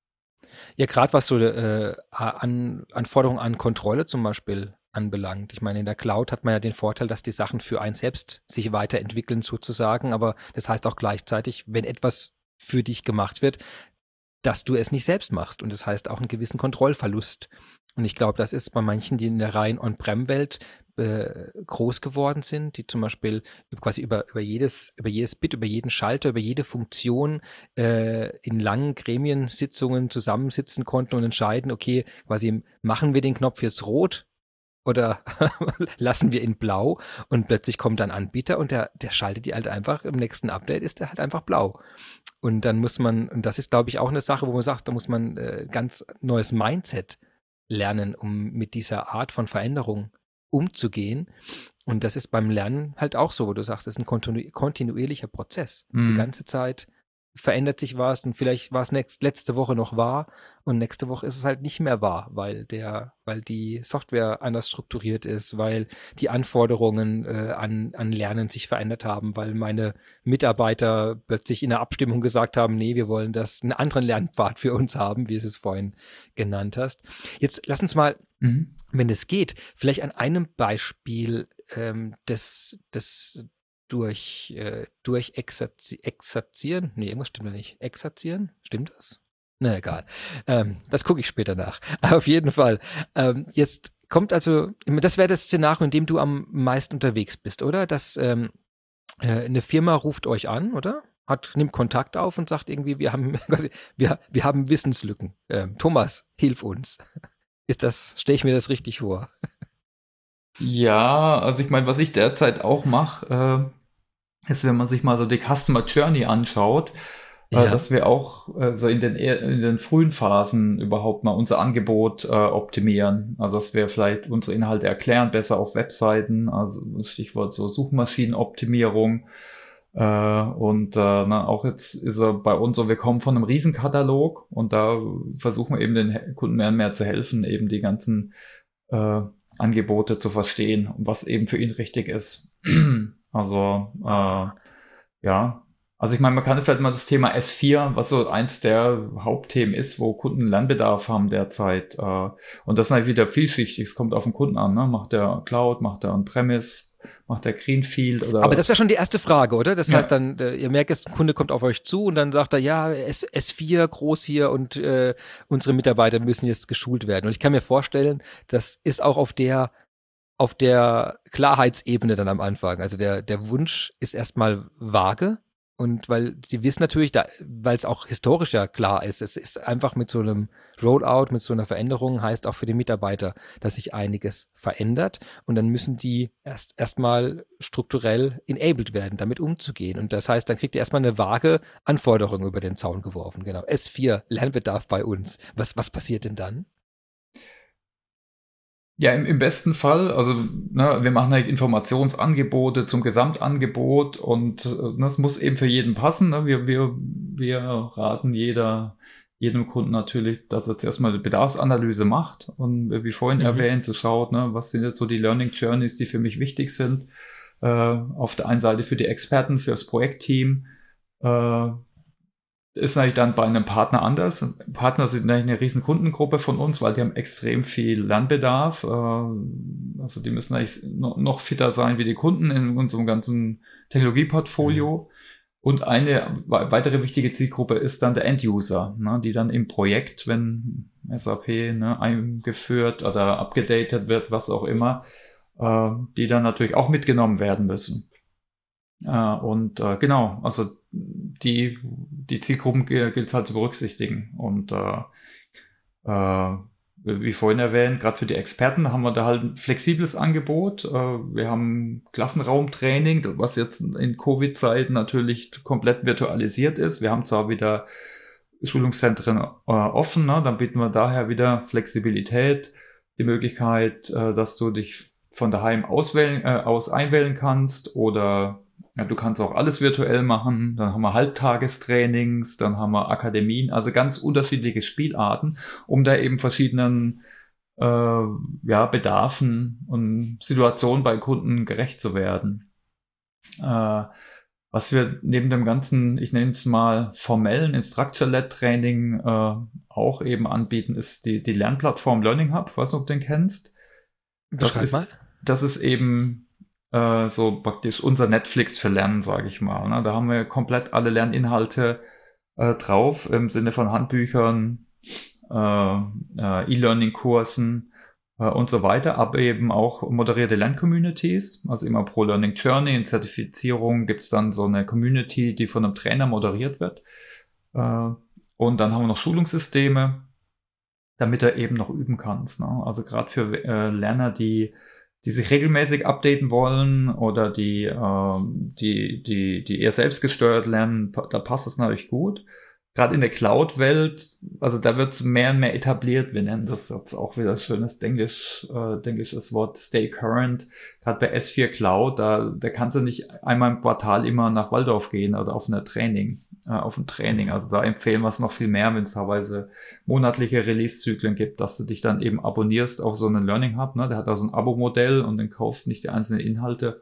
Ja, gerade was so äh, an Anforderungen an Kontrolle zum Beispiel anbelangt. Ich meine, in der Cloud hat man ja den Vorteil, dass die Sachen für einen selbst sich weiterentwickeln sozusagen, aber das heißt auch gleichzeitig, wenn etwas für dich gemacht wird, dass du es nicht selbst machst, und das heißt auch einen gewissen Kontrollverlust. Und ich glaube, das ist bei manchen, die in der reinen On-Prem-Welt äh, groß geworden sind, die zum Beispiel quasi über, über, jedes, über jedes Bit, über jeden Schalter, über jede Funktion äh, in langen Gremiensitzungen zusammensitzen konnten und entscheiden, okay, quasi machen wir den Knopf jetzt rot oder lassen wir ihn blau, und plötzlich kommt ein Anbieter und der, der schaltet die halt einfach, im nächsten Update ist der halt einfach blau. Und dann muss man, und das ist, glaube ich, auch eine Sache, wo man sagt, da muss man äh, ganz neues Mindset lernen, um mit dieser Art von Veränderung umzugehen. Und das ist beim Lernen halt auch so, wo du sagst, es ist ein kontinu kontinuierlicher Prozess. Die Mhm. ganze Zeit verändert sich was, und vielleicht war es next, letzte Woche noch wahr und nächste Woche ist es halt nicht mehr wahr, weil der, weil die Software anders strukturiert ist, weil die Anforderungen äh, an, an Lernen sich verändert haben, weil meine Mitarbeiter plötzlich in der Abstimmung gesagt haben, nee, wir wollen das einen anderen Lernpfad für uns haben, wie du es vorhin genannt hast. Jetzt lass uns mal, Mhm. wenn es geht, vielleicht an einem Beispiel ähm, des, des durch, äh, durch Exerzi Exerzieren, nee, irgendwas stimmt da nicht. Exerzieren? Stimmt das? Na egal. Ähm, das gucke ich später nach. Auf jeden Fall. Ähm, jetzt kommt also, das wäre das Szenario, in dem du am meisten unterwegs bist, oder? Dass ähm, äh, eine Firma ruft euch an, oder? Hat, nimmt Kontakt auf und sagt irgendwie, wir haben, quasi, wir, wir haben Wissenslücken. Ähm, Thomas, hilf uns. Ist das, stelle ich mir das richtig vor? Ja, also ich meine, was ich derzeit auch mache, äh, ist, wenn man sich mal so die Customer Journey anschaut, äh, Ja. dass wir auch äh, so in den, eher- in den frühen Phasen überhaupt mal unser Angebot äh, optimieren. Also dass wir vielleicht unsere Inhalte erklären, besser auf Webseiten, also Stichwort so Suchmaschinenoptimierung. Äh, und äh, na, auch jetzt ist er bei uns so, wir kommen von einem Riesenkatalog und da versuchen wir eben den He- Kunden mehr und mehr zu helfen, eben die ganzen äh, Angebote zu verstehen und was eben für ihn richtig ist. Also äh, ja, also ich meine, man kann vielleicht mal das Thema S vier, was so eins der Hauptthemen ist, wo Kunden Lernbedarf haben derzeit. Äh, und das ist natürlich wieder vielschichtig. Es kommt auf den Kunden an, ne? Macht der Cloud, macht der On-Premise, macht der Greenfield oder. Aber das wäre schon die erste Frage, oder? Das Ja. heißt dann, äh, ihr merkt jetzt, ein Kunde kommt auf euch zu und dann sagt er, ja, S S4 groß hier und äh, unsere Mitarbeiter müssen jetzt geschult werden. Und ich kann mir vorstellen, das ist auch auf der auf der Klarheitsebene dann am Anfang. Also der, der Wunsch ist erstmal vage. Und weil sie wissen natürlich, da, weil es auch historisch ja klar ist, es ist einfach mit so einem Rollout, mit so einer Veränderung, heißt auch für die Mitarbeiter, dass sich einiges verändert. Und dann müssen die erst erstmal strukturell enabled werden, damit umzugehen. Und das heißt, dann kriegt ihr erstmal eine vage Anforderung über den Zaun geworfen. Genau. S vier, Lernbedarf bei uns. Was, was passiert denn dann? Ja, im, im besten Fall, also ne, wir machen halt Informationsangebote zum Gesamtangebot und äh, das muss eben für jeden passen. Ne? Wir, wir, wir raten jeder jedem Kunden natürlich, dass er zuerst mal eine Bedarfsanalyse macht und wie vorhin mhm. erwähnt, so schaut, ne, was sind jetzt so die Learning Journeys, die für mich wichtig sind. Äh, auf der einen Seite für die Experten, für das Projektteam. Äh, ist natürlich dann bei einem Partner anders. Partner sind natürlich eine riesen Kundengruppe von uns, weil die haben extrem viel Lernbedarf. Äh, also die müssen eigentlich noch fitter sein wie die Kunden in unserem ganzen Technologieportfolio. Mhm. Und eine weitere wichtige Zielgruppe ist dann der End-User, ne, die dann im Projekt, wenn S A P ne, eingeführt oder abgedatet wird, was auch immer, äh, die dann natürlich auch mitgenommen werden müssen. Äh, und äh, genau, also die, die Zielgruppen gilt es halt zu berücksichtigen. Und äh, äh, wie vorhin erwähnt, gerade für die Experten haben wir da halt ein flexibles Angebot. Wir haben Klassenraumtraining, was jetzt in Covid-Zeiten natürlich komplett virtualisiert ist. Wir haben zwar wieder Schulungszentren äh, offen, ne? Dann bieten wir daher wieder Flexibilität, die Möglichkeit, äh, dass du dich von daheim auswählen, äh, aus einwählen kannst oder ja, du kannst auch alles virtuell machen. Dann haben wir Halbtagestrainings, dann haben wir Akademien, also ganz unterschiedliche Spielarten, um da eben verschiedenen äh, ja, Bedarfen und Situationen bei Kunden gerecht zu werden. Äh, was wir neben dem ganzen, ich nenne es mal formellen Instructor-led-Training äh, auch eben anbieten, ist die, die Lernplattform Learning Hub, weiß nicht, ob du den kennst. Das ist, mal. das ist eben so praktisch unser Netflix für Lernen, sage ich mal. Ne? Da haben wir komplett alle Lerninhalte äh, drauf, im Sinne von Handbüchern, äh, äh, E-Learning-Kursen äh, und so weiter, aber eben auch moderierte Lern-Communities, also immer pro Learning Journey, in Zertifizierung gibt's dann so eine Community, die von einem Trainer moderiert wird. Äh, und dann haben wir noch Schulungssysteme, damit du eben noch üben kannst. Ne? Also gerade für äh, Lerner, die die sich regelmäßig updaten wollen oder die, äh, die, die, die eher selbstgesteuert lernen, da passt es natürlich gut. Gerade in der Cloud-Welt, also da wird es mehr und mehr etabliert. Wir nennen das jetzt auch wieder ein schönes Denglisch, äh, denglisches Wort, Stay Current. Gerade bei S vier Cloud, da, da kannst du nicht einmal im Quartal immer nach Waldorf gehen oder auf eine Training, äh, auf ein Training. Also da empfehlen wir es noch viel mehr, wenn es teilweise monatliche Release-Zyklen gibt, dass du dich dann eben abonnierst auf so einen Learning Hub. Ne? Der hat da so ein Abo-Modell und dann kaufst nicht die einzelnen Inhalte.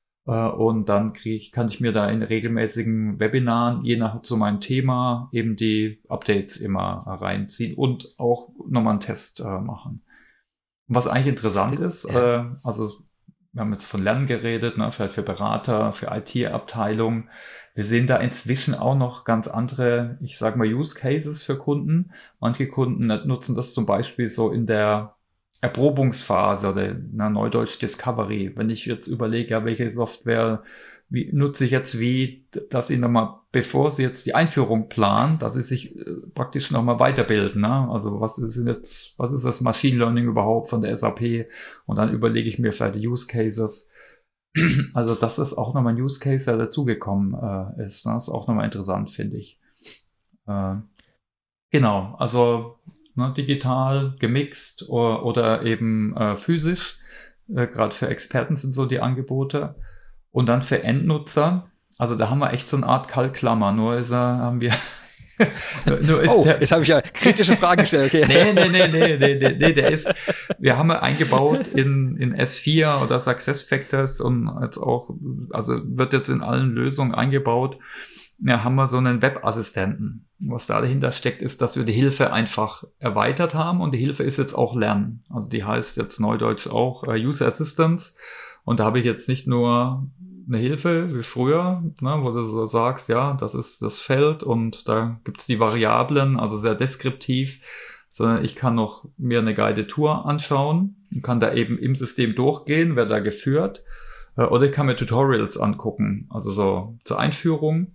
Und dann krieg ich, kann ich mir da in regelmäßigen Webinaren, je nach zu meinem Thema, eben die Updates immer reinziehen und auch nochmal einen Test äh, machen. Was eigentlich interessant ist, äh, also wir haben jetzt von Lernen geredet, ne, für, für Berater, für I T-Abteilungen. Wir sehen da inzwischen auch noch ganz andere, ich sage mal, Use Cases für Kunden. Manche Kunden nutzen das zum Beispiel so in der Erprobungsphase oder na, Neudeutsch Discovery. Wenn ich jetzt überlege, ja, welche Software wie, nutze ich jetzt wie, dass sie nochmal, bevor sie jetzt die Einführung planen, dass sie sich äh, praktisch nochmal weiterbilden. Ne? Also was ist jetzt, was ist das Machine Learning überhaupt von der S A P? Und dann überlege ich mir vielleicht die Use Cases. Also dass das auch nochmal ein Use Case, der dazugekommen äh, ist. Ne? Das ist auch nochmal interessant, finde ich. Äh, genau, also Ne, digital, gemixt oder, oder eben äh, physisch. Äh, Gerade für Experten sind so die Angebote. Und dann für Endnutzer, also da haben wir echt so eine Art Kalkklammer, nur ist er, haben wir nur ist oh, der, jetzt habe ich ja kritische Fragen gestellt. Okay. nee, nee, nee, nee, nee, nee, nee, der ist, wir haben eingebaut in, in S vier oder SuccessFactors und jetzt auch, also wird jetzt in allen Lösungen eingebaut. Ja, haben wir so einen Webassistenten. Was da dahinter steckt, ist, dass wir die Hilfe einfach erweitert haben und die Hilfe ist jetzt auch Lernen. Also die heißt jetzt neudeutsch auch äh, User Assistance und da habe ich jetzt nicht nur eine Hilfe wie früher, ne, wo du so sagst, ja, das ist das Feld und da gibt's die Variablen, also sehr deskriptiv, sondern ich kann noch mir eine Guided Tour anschauen und kann da eben im System durchgehen, wer da geführt, äh, oder ich kann mir Tutorials angucken, also so zur Einführung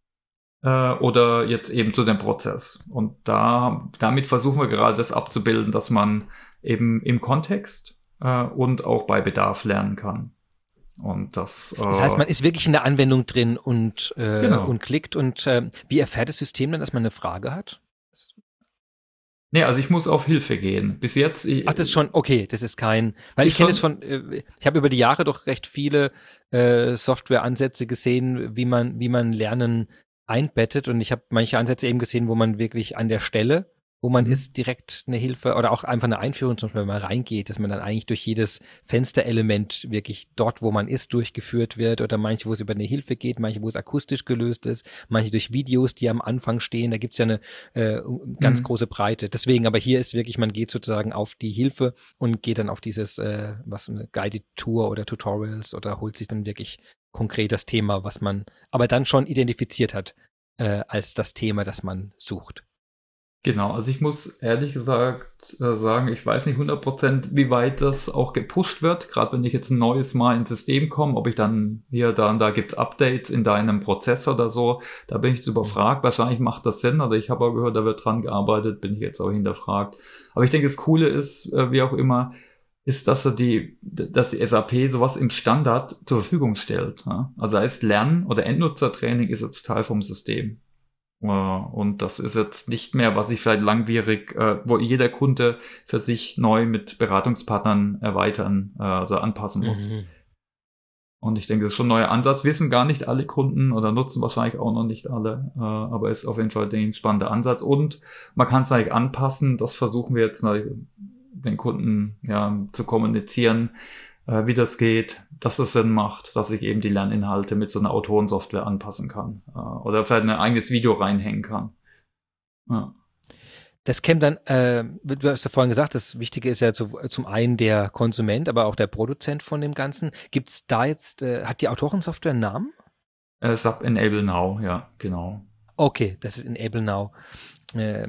oder jetzt eben zu dem Prozess. Und da, damit versuchen wir gerade das abzubilden, dass man eben im Kontext äh, und auch bei Bedarf lernen kann. Und das, äh, das heißt, man ist wirklich in der Anwendung drin und, äh, genau. und klickt. Und äh, wie erfährt das System dann, dass man eine Frage hat? Nee, also ich muss auf Hilfe gehen. Bis jetzt. Ich, Ach, das ist schon, okay, das ist kein, weil ich kenne es von, äh, ich habe über die Jahre doch recht viele äh, Softwareansätze gesehen, wie man, wie man lernen einbettet. Und ich habe manche Ansätze eben gesehen, wo man wirklich an der Stelle, wo man Mhm. ist, direkt eine Hilfe oder auch einfach eine Einführung, zum Beispiel, wenn man reingeht, dass man dann eigentlich durch jedes Fensterelement wirklich dort, wo man ist, durchgeführt wird, oder manche, wo es über eine Hilfe geht, manche, wo es akustisch gelöst ist, manche durch Videos, die am Anfang stehen. Da gibt's ja eine äh, ganz Mhm. große Breite. Deswegen, aber hier ist wirklich, man geht sozusagen auf die Hilfe und geht dann auf dieses, äh, was eine Guided Tour oder Tutorials, oder holt sich dann wirklich konkret das Thema, was man aber dann schon identifiziert hat, äh, als das Thema, das man sucht. Genau, also ich muss ehrlich gesagt äh, sagen, ich weiß nicht hundert Prozent, wie weit das auch gepusht wird. Gerade wenn ich jetzt ein neues Mal ins System komme, ob ich dann hier, da und da gibt's Updates in deinem Prozess oder so, da bin ich jetzt überfragt. Wahrscheinlich macht das Sinn, oder ich habe auch gehört, da wird dran gearbeitet, bin ich jetzt auch hinterfragt. Aber ich denke, das Coole ist, äh, wie auch immer, ist, dass er die, dass die S A P sowas im Standard zur Verfügung stellt. Ja? Also heißt Lern- oder Endnutzertraining ist jetzt Teil vom System. Äh, Und das ist jetzt nicht mehr, was ich vielleicht langwierig, äh, wo jeder Kunde für sich neu mit Beratungspartnern erweitern, äh, also anpassen muss. Mhm. Und ich denke, das ist schon ein neuer Ansatz. Wissen gar nicht alle Kunden oder nutzen wahrscheinlich auch noch nicht alle, äh, aber ist auf jeden Fall denke ich, ein spannender Ansatz. Und man kann es eigentlich anpassen. Das versuchen wir jetzt den Kunden ja, zu kommunizieren, äh, wie das geht, dass es Sinn macht, dass ich eben die Lerninhalte mit so einer Autorensoftware anpassen kann äh, oder vielleicht ein eigenes Video reinhängen kann. Ja. Das käme dann, äh, du hast ja vorhin gesagt, das Wichtige ist ja zu, zum einen der Konsument, aber auch der Produzent von dem Ganzen. Gibt's da jetzt, äh, hat die Autorensoftware einen Namen? Äh, Sub Enable Now, ja, genau. Okay, das ist Enable Now. Äh,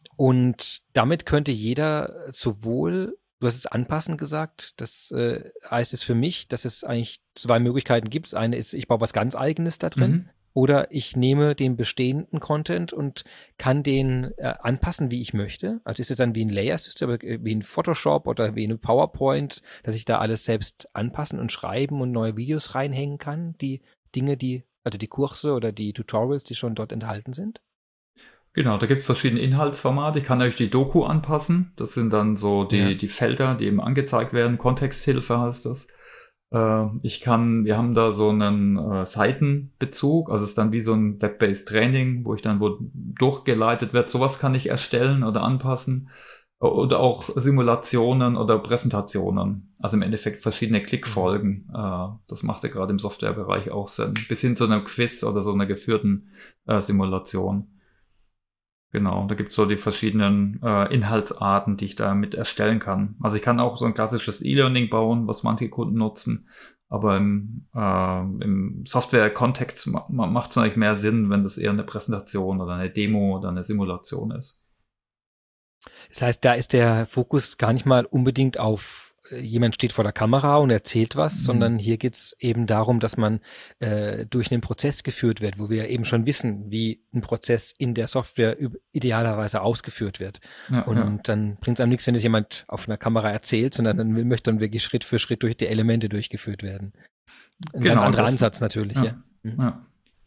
und damit könnte jeder sowohl, du hast es anpassen gesagt, das äh, heißt es für mich, dass es eigentlich zwei Möglichkeiten gibt. Das eine ist, ich baue was ganz Eigenes da drin. Mhm. Oder ich nehme den bestehenden Content und kann den äh, anpassen, wie ich möchte. Also ist es dann wie ein Layer-System, wie ein Photoshop oder wie eine PowerPoint, dass ich da alles selbst anpassen und schreiben und neue Videos reinhängen kann, die Dinge, die, also die Kurse oder die Tutorials, die schon dort enthalten sind? Genau, da gibt es verschiedene Inhaltsformate. Ich kann euch die Doku anpassen. Das sind dann so die, Ja. die Felder, die eben angezeigt werden. Kontexthilfe heißt das. Äh, ich kann, wir haben da so einen äh, Seitenbezug, also es ist dann wie so ein Web-based Training, wo ich dann wo durchgeleitet wird. Sowas kann ich erstellen oder anpassen. Oder auch Simulationen oder Präsentationen. Also im Endeffekt verschiedene Klickfolgen. Äh, das macht ja gerade im Softwarebereich auch Sinn. Bis hin zu einem Quiz oder so einer geführten äh, Simulation. Genau, da gibt's so die verschiedenen äh, Inhaltsarten, die ich da mit erstellen kann. Also ich kann auch so ein klassisches E-Learning bauen, was manche Kunden nutzen. Aber im, äh, im Software-Kontext ma macht es eigentlich mehr Sinn, wenn das eher eine Präsentation oder eine Demo oder eine Simulation ist. Das heißt, da ist der Fokus gar nicht mal unbedingt auf, äh, jemand steht vor der Kamera und erzählt was, Mhm. sondern hier geht's eben darum, dass man äh, durch einen Prozess geführt wird, wo wir eben schon wissen, wie ein Prozess in der Software üb- idealerweise ausgeführt wird. Ja, Und ja. dann bringt es einem nichts, wenn es jemand auf einer Kamera erzählt, sondern dann will- möchte dann wirklich Schritt für Schritt durch die Elemente durchgeführt werden. Ein ganz Genau, anderer das- Ansatz natürlich, ja. Ja, Mhm. ja.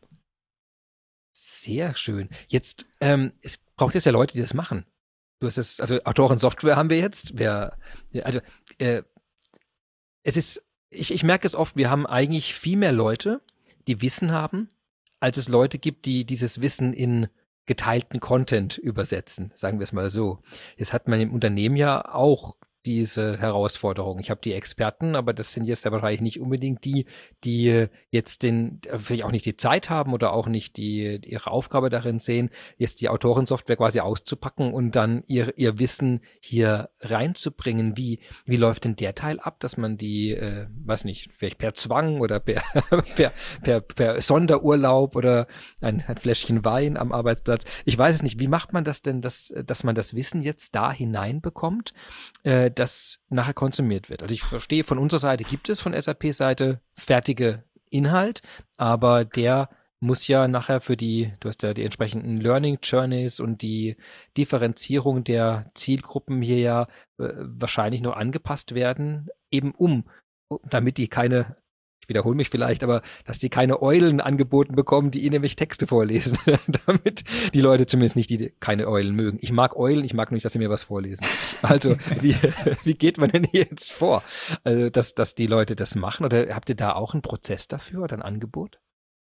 Sehr schön. Jetzt, ähm, es braucht jetzt ja Leute, die das machen. Du hast es, also Autorensoftware haben wir jetzt. Wir, ja, also, äh, es ist, ich, ich merke es oft, wir haben eigentlich viel mehr Leute, die Wissen haben, als es Leute gibt, die dieses Wissen in geteilten Content übersetzen, sagen wir es mal so. Jetzt hat man im Unternehmen ja auch diese Herausforderung. Ich habe die Experten, aber das sind jetzt ja wahrscheinlich nicht unbedingt die, die äh, jetzt den, äh, vielleicht auch nicht die Zeit haben oder auch nicht die, ihre Aufgabe darin sehen, jetzt die Autorensoftware quasi auszupacken und dann ihr, ihr Wissen hier reinzubringen. Wie, wie läuft denn der Teil ab, dass man die, äh, weiß nicht, vielleicht per Zwang oder per, per, per, per Sonderurlaub oder ein, ein Fläschchen Wein am Arbeitsplatz. Ich weiß es nicht. Wie macht man das denn, dass, dass man das Wissen jetzt da hineinbekommt, äh, das nachher konsumiert wird? Also ich verstehe, von unserer Seite gibt es von S A P-Seite fertige Inhalt, aber der muss ja nachher für die, du hast ja die entsprechenden Learning Journeys und die Differenzierung der Zielgruppen hier ja äh, wahrscheinlich noch angepasst werden, eben um, damit die keine, ich wiederhole mich vielleicht, aber dass die keine Eulen angeboten bekommen, die ihnen nämlich Texte vorlesen, damit die Leute zumindest nicht, die keine Eulen mögen. Ich mag Eulen, ich mag nur nicht, dass sie mir was vorlesen. Also wie, wie geht man denn hier jetzt vor, also dass, dass die Leute das machen? Oder habt ihr da auch einen Prozess dafür oder ein Angebot?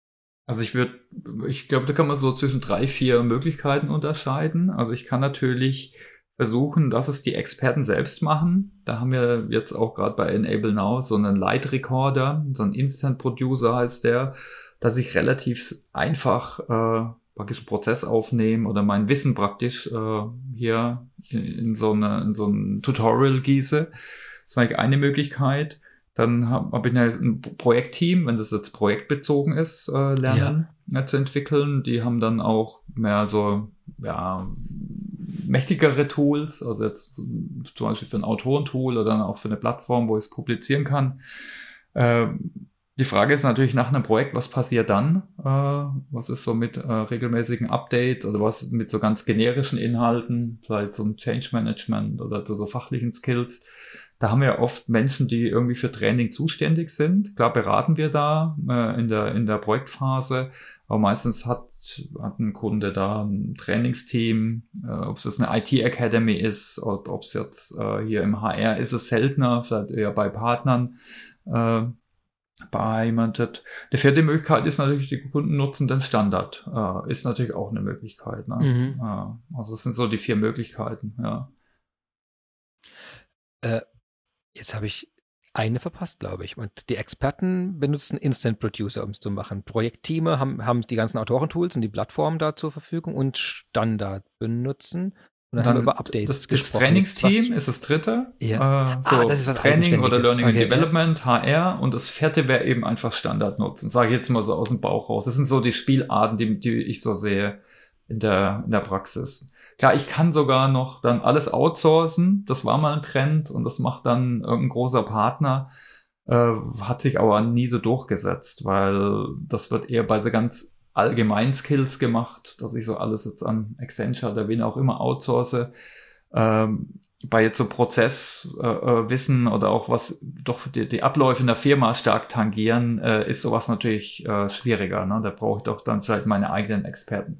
Also ich würde, ich glaube, da kann man so zwischen drei, vier Möglichkeiten unterscheiden. Also ich kann natürlich versuchen, dass es die Experten selbst machen. Da haben wir jetzt auch gerade bei Enable Now so einen Light Recorder, so ein Instant Producer heißt der, dass ich relativ einfach äh, praktisch einen Prozess aufnehme oder mein Wissen praktisch äh, hier in, in, so eine, in so ein Tutorial gieße. Das ist eigentlich eine Möglichkeit. Dann habe hab ich ein Projektteam, wenn das jetzt projektbezogen ist, äh, lernen ja. zu entwickeln. Die haben dann auch mehr so, ja, mächtigere Tools, also jetzt zum Beispiel für ein Autorentool oder dann auch für eine Plattform, wo ich es publizieren kann. Äh, die Frage ist natürlich nach einem Projekt, was passiert dann? Äh, was ist so mit äh, regelmäßigen Updates oder was mit so ganz generischen Inhalten, vielleicht so ein Change Management oder so, so fachlichen Skills? Da haben wir oft Menschen, die irgendwie für Training zuständig sind. Klar beraten wir da äh, in der in der Projektphase, aber meistens hat, hat ein Kunde da ein Trainingsteam, äh, ob es jetzt eine I T Academy ist, oder ob es jetzt äh, hier im H R ist, es seltener, vielleicht eher bei Partnern äh, beheimatet. Die vierte Möglichkeit ist natürlich, die Kunden nutzen den Standard. Äh, ist natürlich auch eine Möglichkeit. Ne? Mhm. Äh, also es sind so die vier Möglichkeiten, ja. Äh, Jetzt habe ich eine verpasst, glaube ich. Und die Experten benutzen Instant Producer, um es zu machen. Projektteame haben, haben die ganzen Autorentools und die Plattformen da zur Verfügung und Standard benutzen. Und dann, dann haben wir über Updates das, gesprochen. Das Trainingsteam ist das dritte. Ja. Äh, so ah, das ist was Training oder Learning okay, and Development, ja. H R. Und das vierte wäre eben einfach Standard nutzen. Sage ich jetzt mal so aus dem Bauch raus. Das sind so die Spielarten, die, die ich so sehe in der, in der Praxis. Klar, ich kann sogar noch dann alles outsourcen. Das war mal ein Trend und das macht dann irgendein großer Partner. Äh, hat sich aber nie so durchgesetzt, weil das wird eher bei so ganz allgemeinen Skills gemacht, dass ich so alles jetzt an Accenture oder wen auch immer outsource. Ähm, bei jetzt so Prozesswissen äh, oder auch was doch die, die Abläufe in der Firma stark tangieren, äh, ist sowas natürlich äh, schwieriger. Ne? Da brauche ich doch dann vielleicht meine eigenen Experten.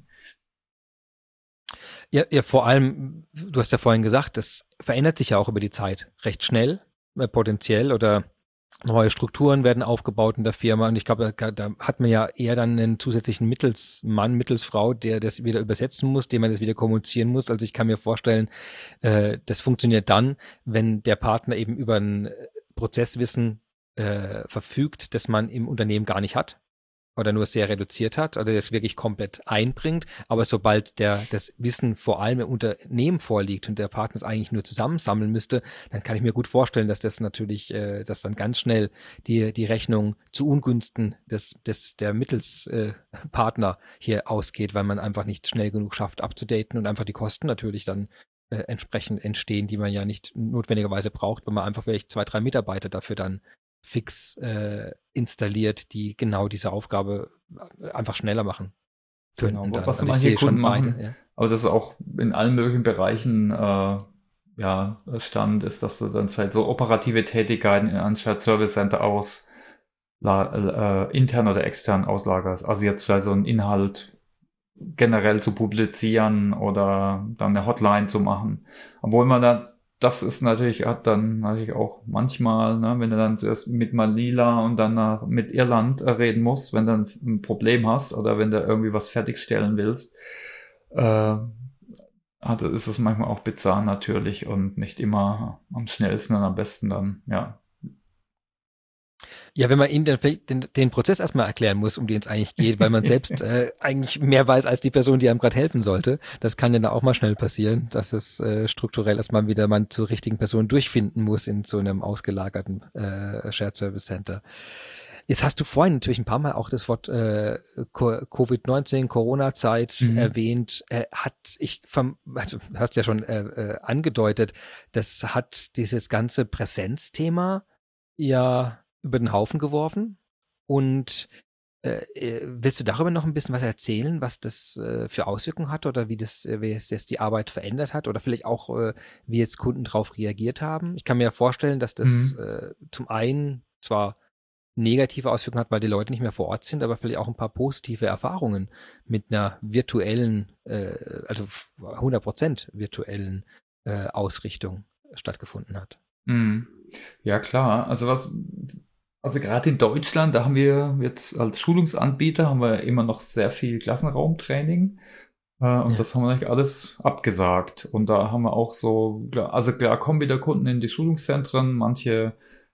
Ja, ja, vor allem, du hast ja vorhin gesagt, das verändert sich ja auch über die Zeit recht schnell, äh, potenziell, oder neue Strukturen werden aufgebaut in der Firma. Und ich glaube, da, da hat man ja eher dann einen zusätzlichen Mittelsmann, Mittelsfrau, der das wieder übersetzen muss, dem man das wieder kommunizieren muss. Also ich kann mir vorstellen, äh, das funktioniert dann, wenn der Partner eben über ein Prozesswissen äh, verfügt, das man im Unternehmen gar nicht hat. Oder nur sehr reduziert hat, oder das wirklich komplett einbringt. Aber sobald der, das Wissen vor allem im Unternehmen vorliegt und der Partner es eigentlich nur zusammensammeln müsste, dann kann ich mir gut vorstellen, dass das natürlich, äh, dass dann ganz schnell die, die Rechnung zu Ungunsten des, des, der Mittelspartner äh, hier ausgeht, weil man einfach nicht schnell genug schafft, abzudaten und einfach die Kosten natürlich dann äh, entsprechend entstehen, die man ja nicht notwendigerweise braucht, wenn man einfach vielleicht zwei, drei Mitarbeiter dafür dann fix äh, installiert, die genau diese Aufgabe einfach schneller machen können. Genau, dann. was Also manche Kunden machen, beide, ja. aber das ist auch in allen möglichen Bereichen äh, ja, Stand ist, dass du dann vielleicht so operative Tätigkeiten in einem Shared Service Center aus äh, intern oder extern auslagerst. Also jetzt vielleicht so einen Inhalt generell zu publizieren oder dann eine Hotline zu machen. Obwohl man da das ist natürlich, hat dann natürlich auch manchmal, ne, wenn du dann zuerst mit Manila und dann mit Irland reden musst, wenn du ein Problem hast oder wenn du irgendwie was fertigstellen willst, äh, ist es manchmal auch bizarr natürlich und nicht immer am schnellsten und am besten dann, ja. Ja, wenn man ihnen dann vielleicht den, den Prozess erstmal erklären muss, um den es eigentlich geht, weil man selbst äh, eigentlich mehr weiß als die Person, die einem gerade helfen sollte. Das kann ja da auch mal schnell passieren, dass es äh, strukturell erstmal wieder man zur richtigen Person durchfinden muss in so einem ausgelagerten äh, Shared Service Center. Jetzt hast du vorhin natürlich ein paar Mal auch das Wort äh, Covid neunzehn, Corona-Zeit mhm. erwähnt. Äh, hat, ich vom, also, du hast ja schon äh, äh, angedeutet, das hat dieses ganze Präsenzthema ja über den Haufen geworfen. Und äh, willst du darüber noch ein bisschen was erzählen, was das äh, für Auswirkungen hat oder wie das, äh, wie es jetzt die Arbeit verändert hat oder vielleicht auch, äh, wie jetzt Kunden darauf reagiert haben? Ich kann mir ja vorstellen, dass das mhm. äh, zum einen zwar negative Auswirkungen hat, weil die Leute nicht mehr vor Ort sind, aber vielleicht auch ein paar positive Erfahrungen mit einer virtuellen, äh, also hundert Prozent virtuellen äh, Ausrichtung stattgefunden hat. Mhm. Ja, klar. Also was Also gerade in Deutschland, da haben wir jetzt als Schulungsanbieter haben wir immer noch sehr viel Klassenraumtraining. Äh, und Ja. das haben wir eigentlich alles abgesagt. Und da haben wir auch so, klar- also klar kommen wieder Kunden in die Schulungszentren, manche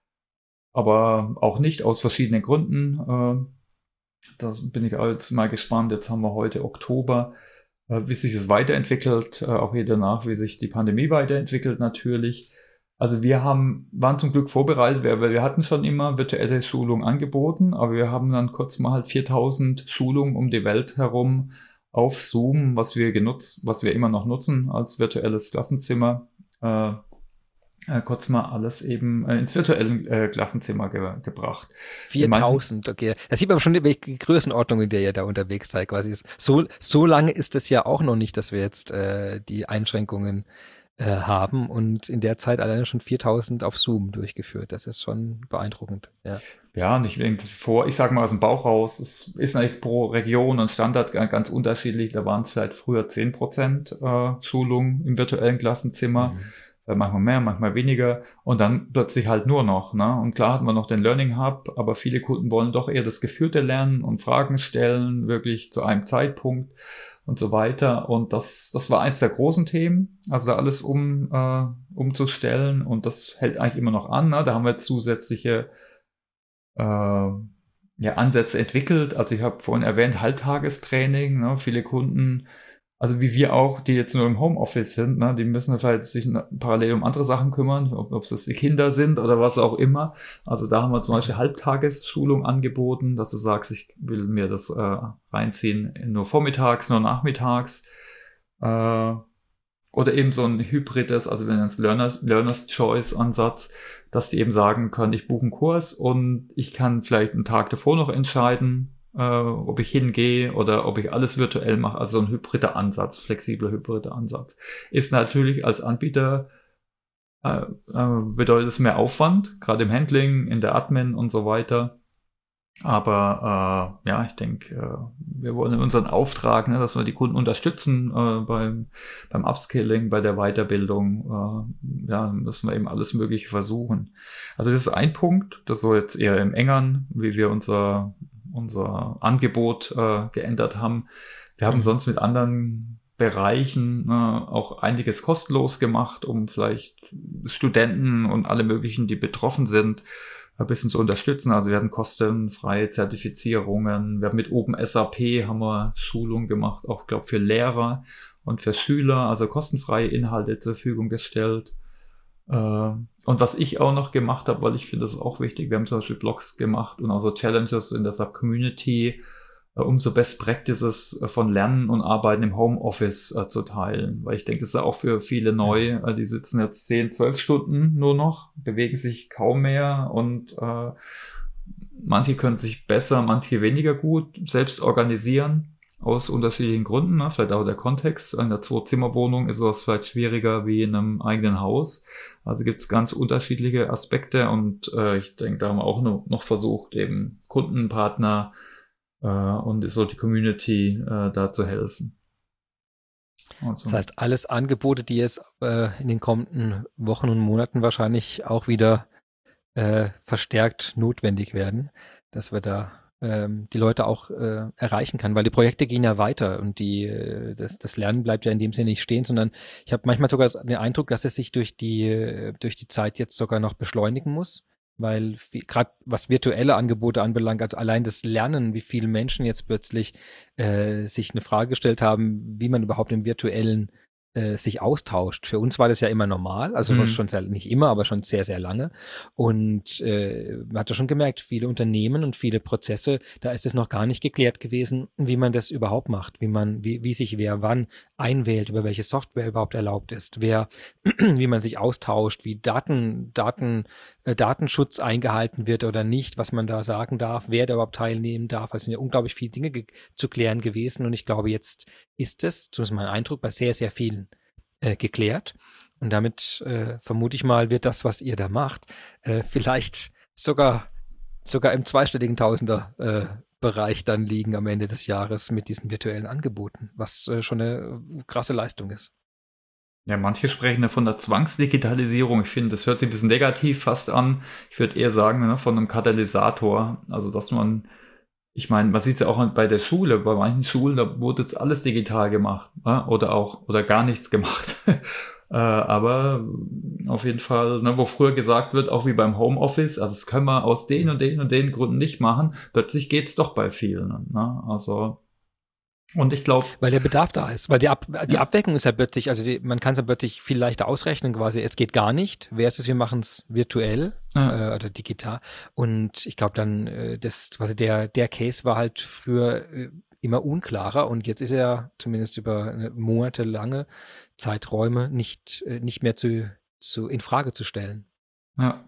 aber auch nicht aus verschiedenen Gründen. Äh, da bin ich jetzt mal gespannt. Jetzt haben wir heute Oktober, äh, wie sich es weiterentwickelt, äh, auch hier danach, wie sich die Pandemie weiterentwickelt natürlich. Also wir haben, waren zum Glück vorbereitet, weil wir hatten schon immer virtuelle Schulungen angeboten, aber wir haben dann kurz mal halt viertausend Schulungen um die Welt herum auf Zoom, was wir genutzt, was wir immer noch nutzen als virtuelles Klassenzimmer, äh, äh, kurz mal alles eben äh, ins virtuelle äh, Klassenzimmer ge gebracht. In manchen viertausend, okay. Da sieht man schon, welche Größenordnung, in der ihr da unterwegs seid, quasi. So, so lange ist es ja auch noch nicht, dass wir jetzt äh, die Einschränkungen äh, haben und in der Zeit alleine schon viertausend auf Zoom durchgeführt. Das ist schon beeindruckend, ja. Ja, und ich denke vor, ich sage mal aus dem Bauch raus, es ist eigentlich pro Region und Standard ga- ganz unterschiedlich. Da waren es vielleicht früher zehn Prozent äh, Schulung im virtuellen Klassenzimmer, Mhm. äh, manchmal mehr, manchmal weniger und dann plötzlich halt nur noch. Ne? Und klar hatten wir noch den Learning Hub, aber viele Kunden wollen doch eher das geführte Lernen und Fragen stellen, wirklich zu einem Zeitpunkt und so weiter. Und das, das war eins der großen Themen, also da alles um, äh, umzustellen und das hält eigentlich immer noch an. Ne? Da haben wir zusätzliche äh, ja, Ansätze entwickelt. Also ich habe vorhin erwähnt, Halbtagestraining, ne? Viele Kunden, also wie wir auch, die jetzt nur im Homeoffice sind, ne? Die müssen vielleicht sich na- parallel um andere Sachen kümmern, ob, ob es die Kinder sind oder was auch immer. Also da haben wir zum Beispiel Halbtagesschulung angeboten, dass du sagst, ich will mir das äh, reinziehen, nur vormittags, nur nachmittags. Äh, oder eben so ein hybrides, also wenn es Learner, Learner's Choice Ansatz, dass die eben sagen können, ich buche einen Kurs und ich kann vielleicht einen Tag davor noch entscheiden, äh, ob ich hingehe oder ob ich alles virtuell mache. Also ein hybrider Ansatz, flexibler hybrider Ansatz. Ist natürlich als Anbieter, äh, äh, bedeutet es mehr Aufwand, gerade im Handling, in der Admin und so weiter. Aber äh, ja, ich denke, äh, wir wollen unseren Auftrag, ne, dass wir die Kunden unterstützen äh, beim, beim Upskilling, bei der Weiterbildung. Äh, ja, müssen wir eben alles Mögliche versuchen. Also das ist ein Punkt, das so jetzt eher im Engern, wie wir unser, unser Angebot äh, geändert haben. Wir haben Mhm. sonst mit anderen Bereichen äh, auch einiges kostenlos gemacht, um vielleicht Studenten und alle möglichen, die betroffen sind, ein bisschen zu unterstützen. Also wir hatten kostenfreie Zertifizierungen. Wir haben mit OpenSAP haben wir Schulungen gemacht, auch glaube für Lehrer und für Schüler, also kostenfreie Inhalte zur Verfügung gestellt. Äh, Und was ich auch noch gemacht habe, weil ich finde, das ist auch wichtig, wir haben zum Beispiel Blogs gemacht und auch so Challenges in der Sub-Community, äh, um so Best Practices äh, von Lernen und Arbeiten im Homeoffice äh, zu teilen. Weil ich denke, das ist ja auch für viele neu. Äh, die sitzen jetzt zehn, zwölf Stunden nur noch, bewegen sich kaum mehr und äh, manche können sich besser, manche weniger gut selbst organisieren. Aus unterschiedlichen Gründen, ne? Vielleicht auch der Kontext. In einer Zwei-Zimmer-Wohnung ist sowas vielleicht schwieriger wie in einem eigenen Haus. Also gibt es ganz unterschiedliche Aspekte und äh, ich denke, da haben wir auch noch, noch versucht, eben Kundenpartner äh, und so die Community äh, da zu helfen. Also, Das heißt, alles Angebote, die jetzt äh, in den kommenden Wochen und Monaten wahrscheinlich auch wieder äh, verstärkt notwendig werden, dass wir da ähm, die Leute auch äh, erreichen kann, weil die Projekte gehen ja weiter und die, äh, das, das Lernen bleibt ja in dem Sinne nicht stehen, sondern ich habe manchmal sogar den Eindruck, dass es sich durch die, äh, durch die Zeit jetzt sogar noch beschleunigen muss, weil gerade was virtuelle Angebote anbelangt, also allein das Lernen, wie viele Menschen jetzt plötzlich äh, sich eine Frage gestellt haben, wie man überhaupt im virtuellen äh, sich austauscht. Für uns war das ja immer normal, also mhm. schon sehr, nicht immer, aber schon sehr, sehr lange. Und äh, man hat ja schon gemerkt, viele Unternehmen und viele Prozesse, da ist es noch gar nicht geklärt gewesen, wie man das überhaupt macht, wie man, wie, wie sich wer wann einwählt, über welche Software überhaupt erlaubt ist, wer, wie man sich austauscht, wie Daten, Daten, äh, Datenschutz eingehalten wird oder nicht, was man da sagen darf, wer da überhaupt teilnehmen darf. Also sind ja unglaublich viele Dinge ge- zu klären gewesen. Und ich glaube, jetzt ist es, zumindest mein Eindruck, bei sehr, sehr vielen äh, geklärt. Und damit äh, vermute ich mal, wird das, was ihr da macht, äh, vielleicht sogar, sogar im zweistelligen Tausender äh, Bereich dann liegen am Ende des Jahres mit diesen virtuellen Angeboten, was äh, schon eine äh, krasse Leistung ist. Ja, manche sprechen ja von der Zwangsdigitalisierung. Ich finde, das hört sich ein bisschen negativ fast an. Ich würde eher sagen, ne, von einem Katalysator. Also, dass man, ich meine, man sieht es ja auch bei der Schule. Bei manchen Schulen, da wurde jetzt alles digital gemacht, ne? Oder auch, oder gar nichts gemacht. äh, aber auf jeden Fall, ne, wo früher gesagt wird, auch wie beim Homeoffice, also das können wir aus den und den und den Gründen nicht machen. Plötzlich geht's doch bei vielen. Ne? Also, und ich glaube, Weil der Bedarf da ist. Weil die, Ab die ja, Abdeckung ist ja plötzlich, also die, man kann es ja plötzlich viel leichter ausrechnen quasi. Es geht gar nicht versus wir machen es virtuell ja, äh, oder digital. Und ich glaube dann, äh, das, quasi der, der Case war halt früher äh, immer unklarer und jetzt ist er zumindest über eine monatelange Zeiträume nicht, äh, nicht mehr zu, zu in Frage zu stellen. ja.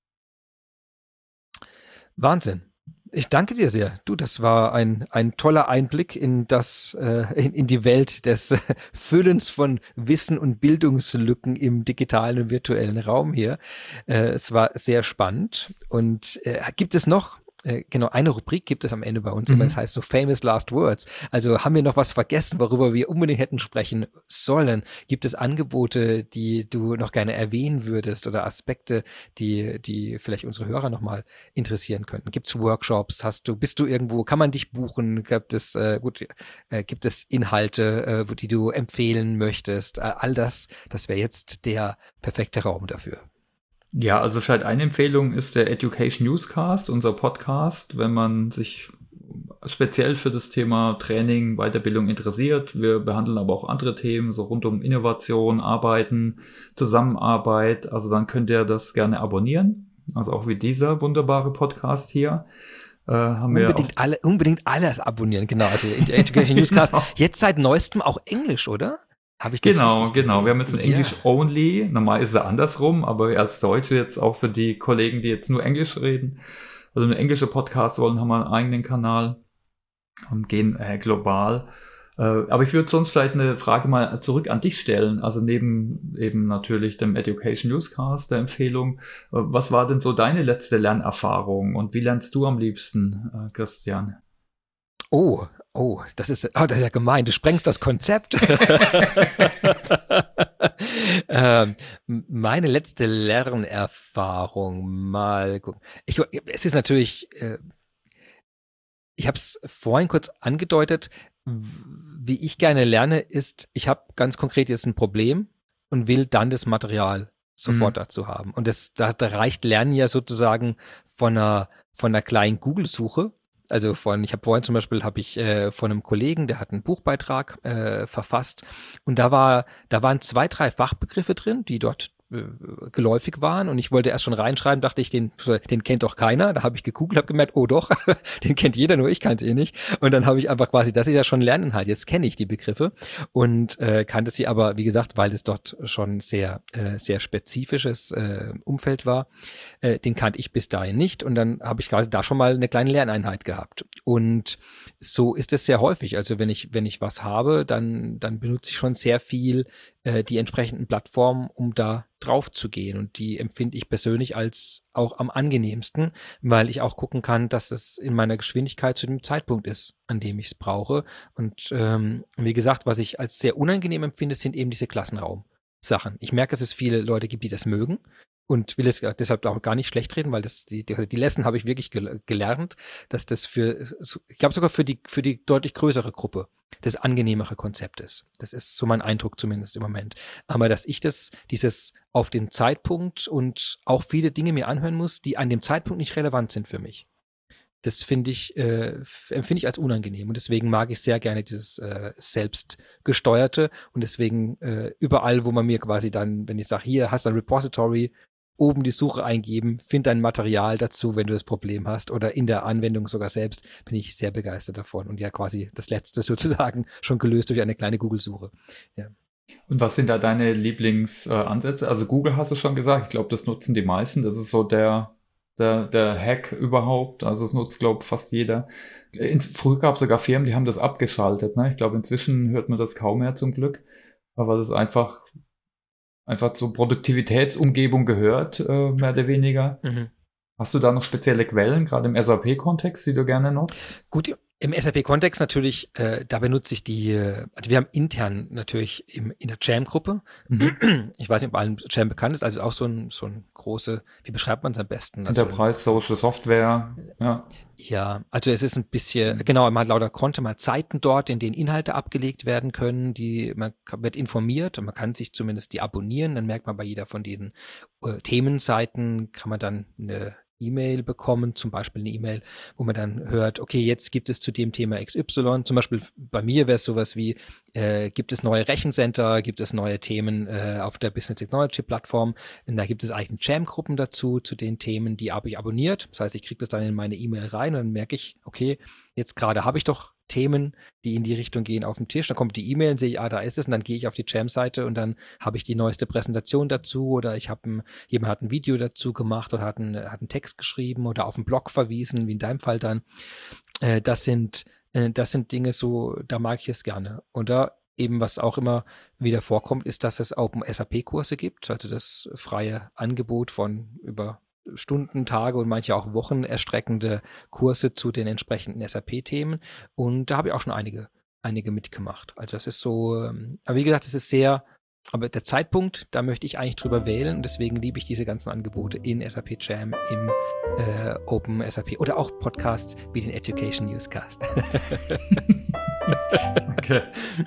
Wahnsinn. Ich danke dir sehr. Du, das war ein, ein toller Einblick in das, äh, in, in die Welt des äh, Füllens von Wissen und Bildungslücken im digitalen und virtuellen Raum hier. Äh, es war sehr spannend. Und äh, gibt es noch, äh, genau, eine Rubrik gibt es am Ende bei uns immer, das Mhm. heißt so Famous Last Words. Also haben wir noch was vergessen, worüber wir unbedingt hätten sprechen sollen? Gibt es Angebote, die du noch gerne erwähnen würdest oder Aspekte, die, die vielleicht unsere Hörer nochmal interessieren könnten? Gibt es Workshops? Hast du, bist du irgendwo, kann man dich buchen? Gibt es, äh, gut, äh, gibt es Inhalte, äh, wo- die du empfehlen möchtest? Äh, all das, das wäre jetzt der perfekte Raum dafür. Ja, also vielleicht eine Empfehlung ist der Education Newscast, unser Podcast, wenn man sich speziell für das Thema Training, Weiterbildung interessiert. Wir behandeln aber auch andere Themen, so rund um Innovation, Arbeiten, Zusammenarbeit. Also dann könnt ihr das gerne abonnieren. Also auch wie dieser wunderbare Podcast hier. Äh, haben wir auch, Unbedingt alle, unbedingt alles abonnieren, genau. Also Education Newscast, genau. jetzt seit neuestem auch Englisch, oder? Habe ich das Genau, richtig genau. Wir gesehen? haben jetzt ein Ja. English Only. Normal ist es andersrum, aber als Deutsche jetzt auch für die Kollegen, die jetzt nur Englisch reden, also eine englische Podcast wollen, haben wir einen eigenen Kanal und gehen äh, global. Äh, aber ich würde sonst vielleicht eine Frage mal zurück an dich stellen. Also neben eben natürlich dem Education Newscast, der Empfehlung, äh, was war denn so deine letzte Lernerfahrung und wie lernst du am liebsten, äh, Christian? Oh, oh, das ist, oh, das ist ja gemein. Du sprengst das Konzept. ähm, meine letzte Lernerfahrung mal gucken. Ich, es ist natürlich, äh, ich habe es vorhin kurz angedeutet, wie ich gerne lerne, ist, ich habe ganz konkret jetzt ein Problem und will dann das Material sofort Mhm. dazu haben. Und das, da, da reicht Lernen ja sozusagen von einer, von einer kleinen Google-Suche. Also von, ich habe vorhin zum Beispiel, habe ich äh, von einem Kollegen, der hat einen Buchbeitrag äh, verfasst und da war, da waren zwei, drei Fachbegriffe drin, die dort äh, geläufig waren und ich wollte erst schon reinschreiben, dachte ich, den, den kennt doch keiner. Da habe ich gegoogelt, habe gemerkt, oh doch, den kennt jeder, nur ich kannte ihn nicht. Und dann habe ich einfach quasi, das ist ja schon Lerninhalt, jetzt kenne ich die Begriffe und äh, kannte sie aber, wie gesagt, weil es dort schon sehr, äh, sehr spezifisches äh, Umfeld war, äh, den kannte ich bis dahin nicht und dann habe ich quasi da schon mal eine kleine Lerneinheit gehabt. Und so ist es sehr häufig. Also wenn ich, wenn ich was habe, dann, dann benutze ich schon sehr viel äh, die entsprechenden Plattformen, um da drauf zu gehen. Und die empfinde ich persönlich als auch am angenehmsten, weil ich auch gucken kann, dass es in meiner Geschwindigkeit zu dem Zeitpunkt ist, an dem ich es brauche. Und ähm, wie gesagt, was ich als sehr unangenehm empfinde, sind eben diese Klassenraum-Sachen. Ich merke, dass es viele Leute gibt, die das mögen. Und will es deshalb auch gar nicht schlecht reden, weil das die, die, die Lesson habe ich wirklich gel gelernt, dass das für, ich glaube sogar für die, für die deutlich größere Gruppe das angenehmere Konzept ist. Das ist so mein Eindruck zumindest im Moment. Aber dass ich das, dieses auf den Zeitpunkt und auch viele Dinge mir anhören muss, die an dem Zeitpunkt nicht relevant sind für mich. Das finde ich, äh, empfinde ich als unangenehm. Und deswegen mag ich sehr gerne dieses äh, Selbstgesteuerte. Und deswegen äh, überall, wo man mir quasi dann, wenn ich sage, hier hast du ein Repository, oben die Suche eingeben, find ein Material dazu, wenn du das Problem hast. Oder in der Anwendung sogar selbst, bin ich sehr begeistert davon. Und ja, quasi das Letzte sozusagen schon gelöst durch eine kleine Google-Suche. Ja. Und was sind da deine Lieblingsansätze? Also Google hast du schon gesagt, ich glaube, das nutzen die meisten. Das ist so der, der, der Hack überhaupt. Also es nutzt, glaube ich, fast jeder. Ins, früher gab es sogar Firmen, die haben das abgeschaltet. Ne? Ich glaube, inzwischen hört man das kaum mehr zum Glück. Aber das einfach, einfach zur Produktivitätsumgebung gehört, äh, mehr oder weniger. Mhm. Hast du da noch spezielle Quellen, gerade im S A P-Kontext, die du gerne nutzt? Gut, Im S A P-Kontext natürlich, äh, da benutze ich die, äh, also wir haben intern natürlich im, in der Jam-Gruppe, mhm. ich weiß nicht, ob allen Jam bekannt ist, also auch so ein, so ein große, wie beschreibt man es am besten? Also, Enterprise Social Software, ja. Ja, also es ist ein bisschen, genau, man hat lauter Konten, man hat Seiten dort, in denen Inhalte abgelegt werden können, die, man wird informiert und man kann sich zumindest die abonnieren, dann merkt man bei jeder von diesen äh, Themenseiten, kann man dann eine E-Mail bekommen, zum Beispiel eine E-Mail, wo man dann hört, okay, jetzt gibt es zu dem Thema X Y, zum Beispiel bei mir wäre es sowas wie, äh, gibt es neue Rechencenter, gibt es neue Themen äh, auf der Business Technology Plattform, und da gibt es eigene Jam-Gruppen dazu, zu den Themen, die habe ich abonniert, das heißt, ich kriege das dann in meine E-Mail rein und dann merke ich, okay, jetzt gerade habe ich doch Themen, die in die Richtung gehen, auf dem Tisch. Dann kommt die E-Mail und sehe ich, ah, da ist es. Und dann gehe ich auf die Jam-Seite und dann habe ich die neueste Präsentation dazu oder ich habe ein, jemand hat ein Video dazu gemacht oder hat, ein, hat einen Text geschrieben oder auf einen Blog verwiesen, wie in deinem Fall dann. Äh, das sind, äh, das sind Dinge so, da mag ich es gerne. Und da eben, was auch immer wieder vorkommt, ist, dass es Open S A P-Kurse gibt, also das freie Angebot von über Stunden, Tage und manche auch Wochen erstreckende Kurse zu den entsprechenden S A P-Themen. Und da habe ich auch schon einige, einige mitgemacht. Also das ist so, aber wie gesagt, es ist sehr, aber der Zeitpunkt, da möchte ich eigentlich drüber wählen und deswegen liebe ich diese ganzen Angebote in S A P Jam, im äh, Open S A P oder auch Podcasts wie den Education Newscast. Okay.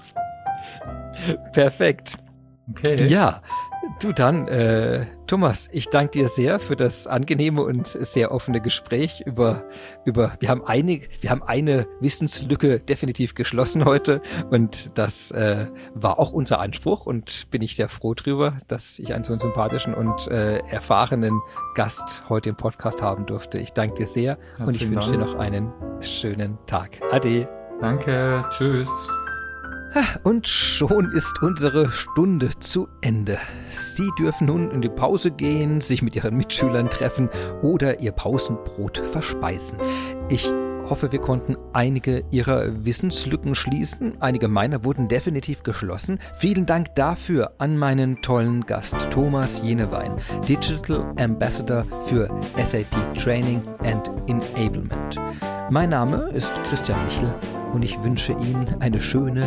Perfekt. Okay. Ja, du dann, äh, Thomas, ich danke dir sehr für das angenehme und sehr offene Gespräch über, über, wir haben eine, wir haben eine Wissenslücke definitiv geschlossen heute und das äh, war auch unser Anspruch und bin ich sehr froh drüber, dass ich einen so einen sympathischen und äh, erfahrenen Gast heute im Podcast haben durfte. Ich danke dir sehr Herzlichen und ich wünsche dir noch einen schönen Tag. Ade. Danke, tschüss. Und schon ist unsere Stunde zu Ende. Sie dürfen nun in die Pause gehen, sich mit Ihren Mitschülern treffen oder Ihr Pausenbrot verspeisen. Ich hoffe, wir konnten einige Ihrer Wissenslücken schließen. Einige meiner wurden definitiv geschlossen. Vielen Dank dafür an meinen tollen Gast Thomas Jenewein, Digital Ambassador für S A P Training and Enablement. Mein Name ist Christian Michel und ich wünsche Ihnen eine schöne,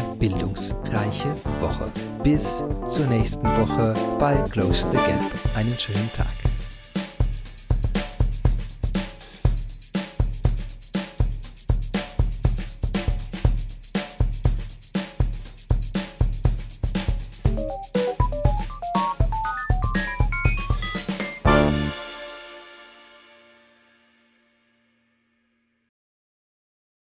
bildungsreiche Woche. Bis zur nächsten Woche bei Close the Gap. Einen schönen Tag.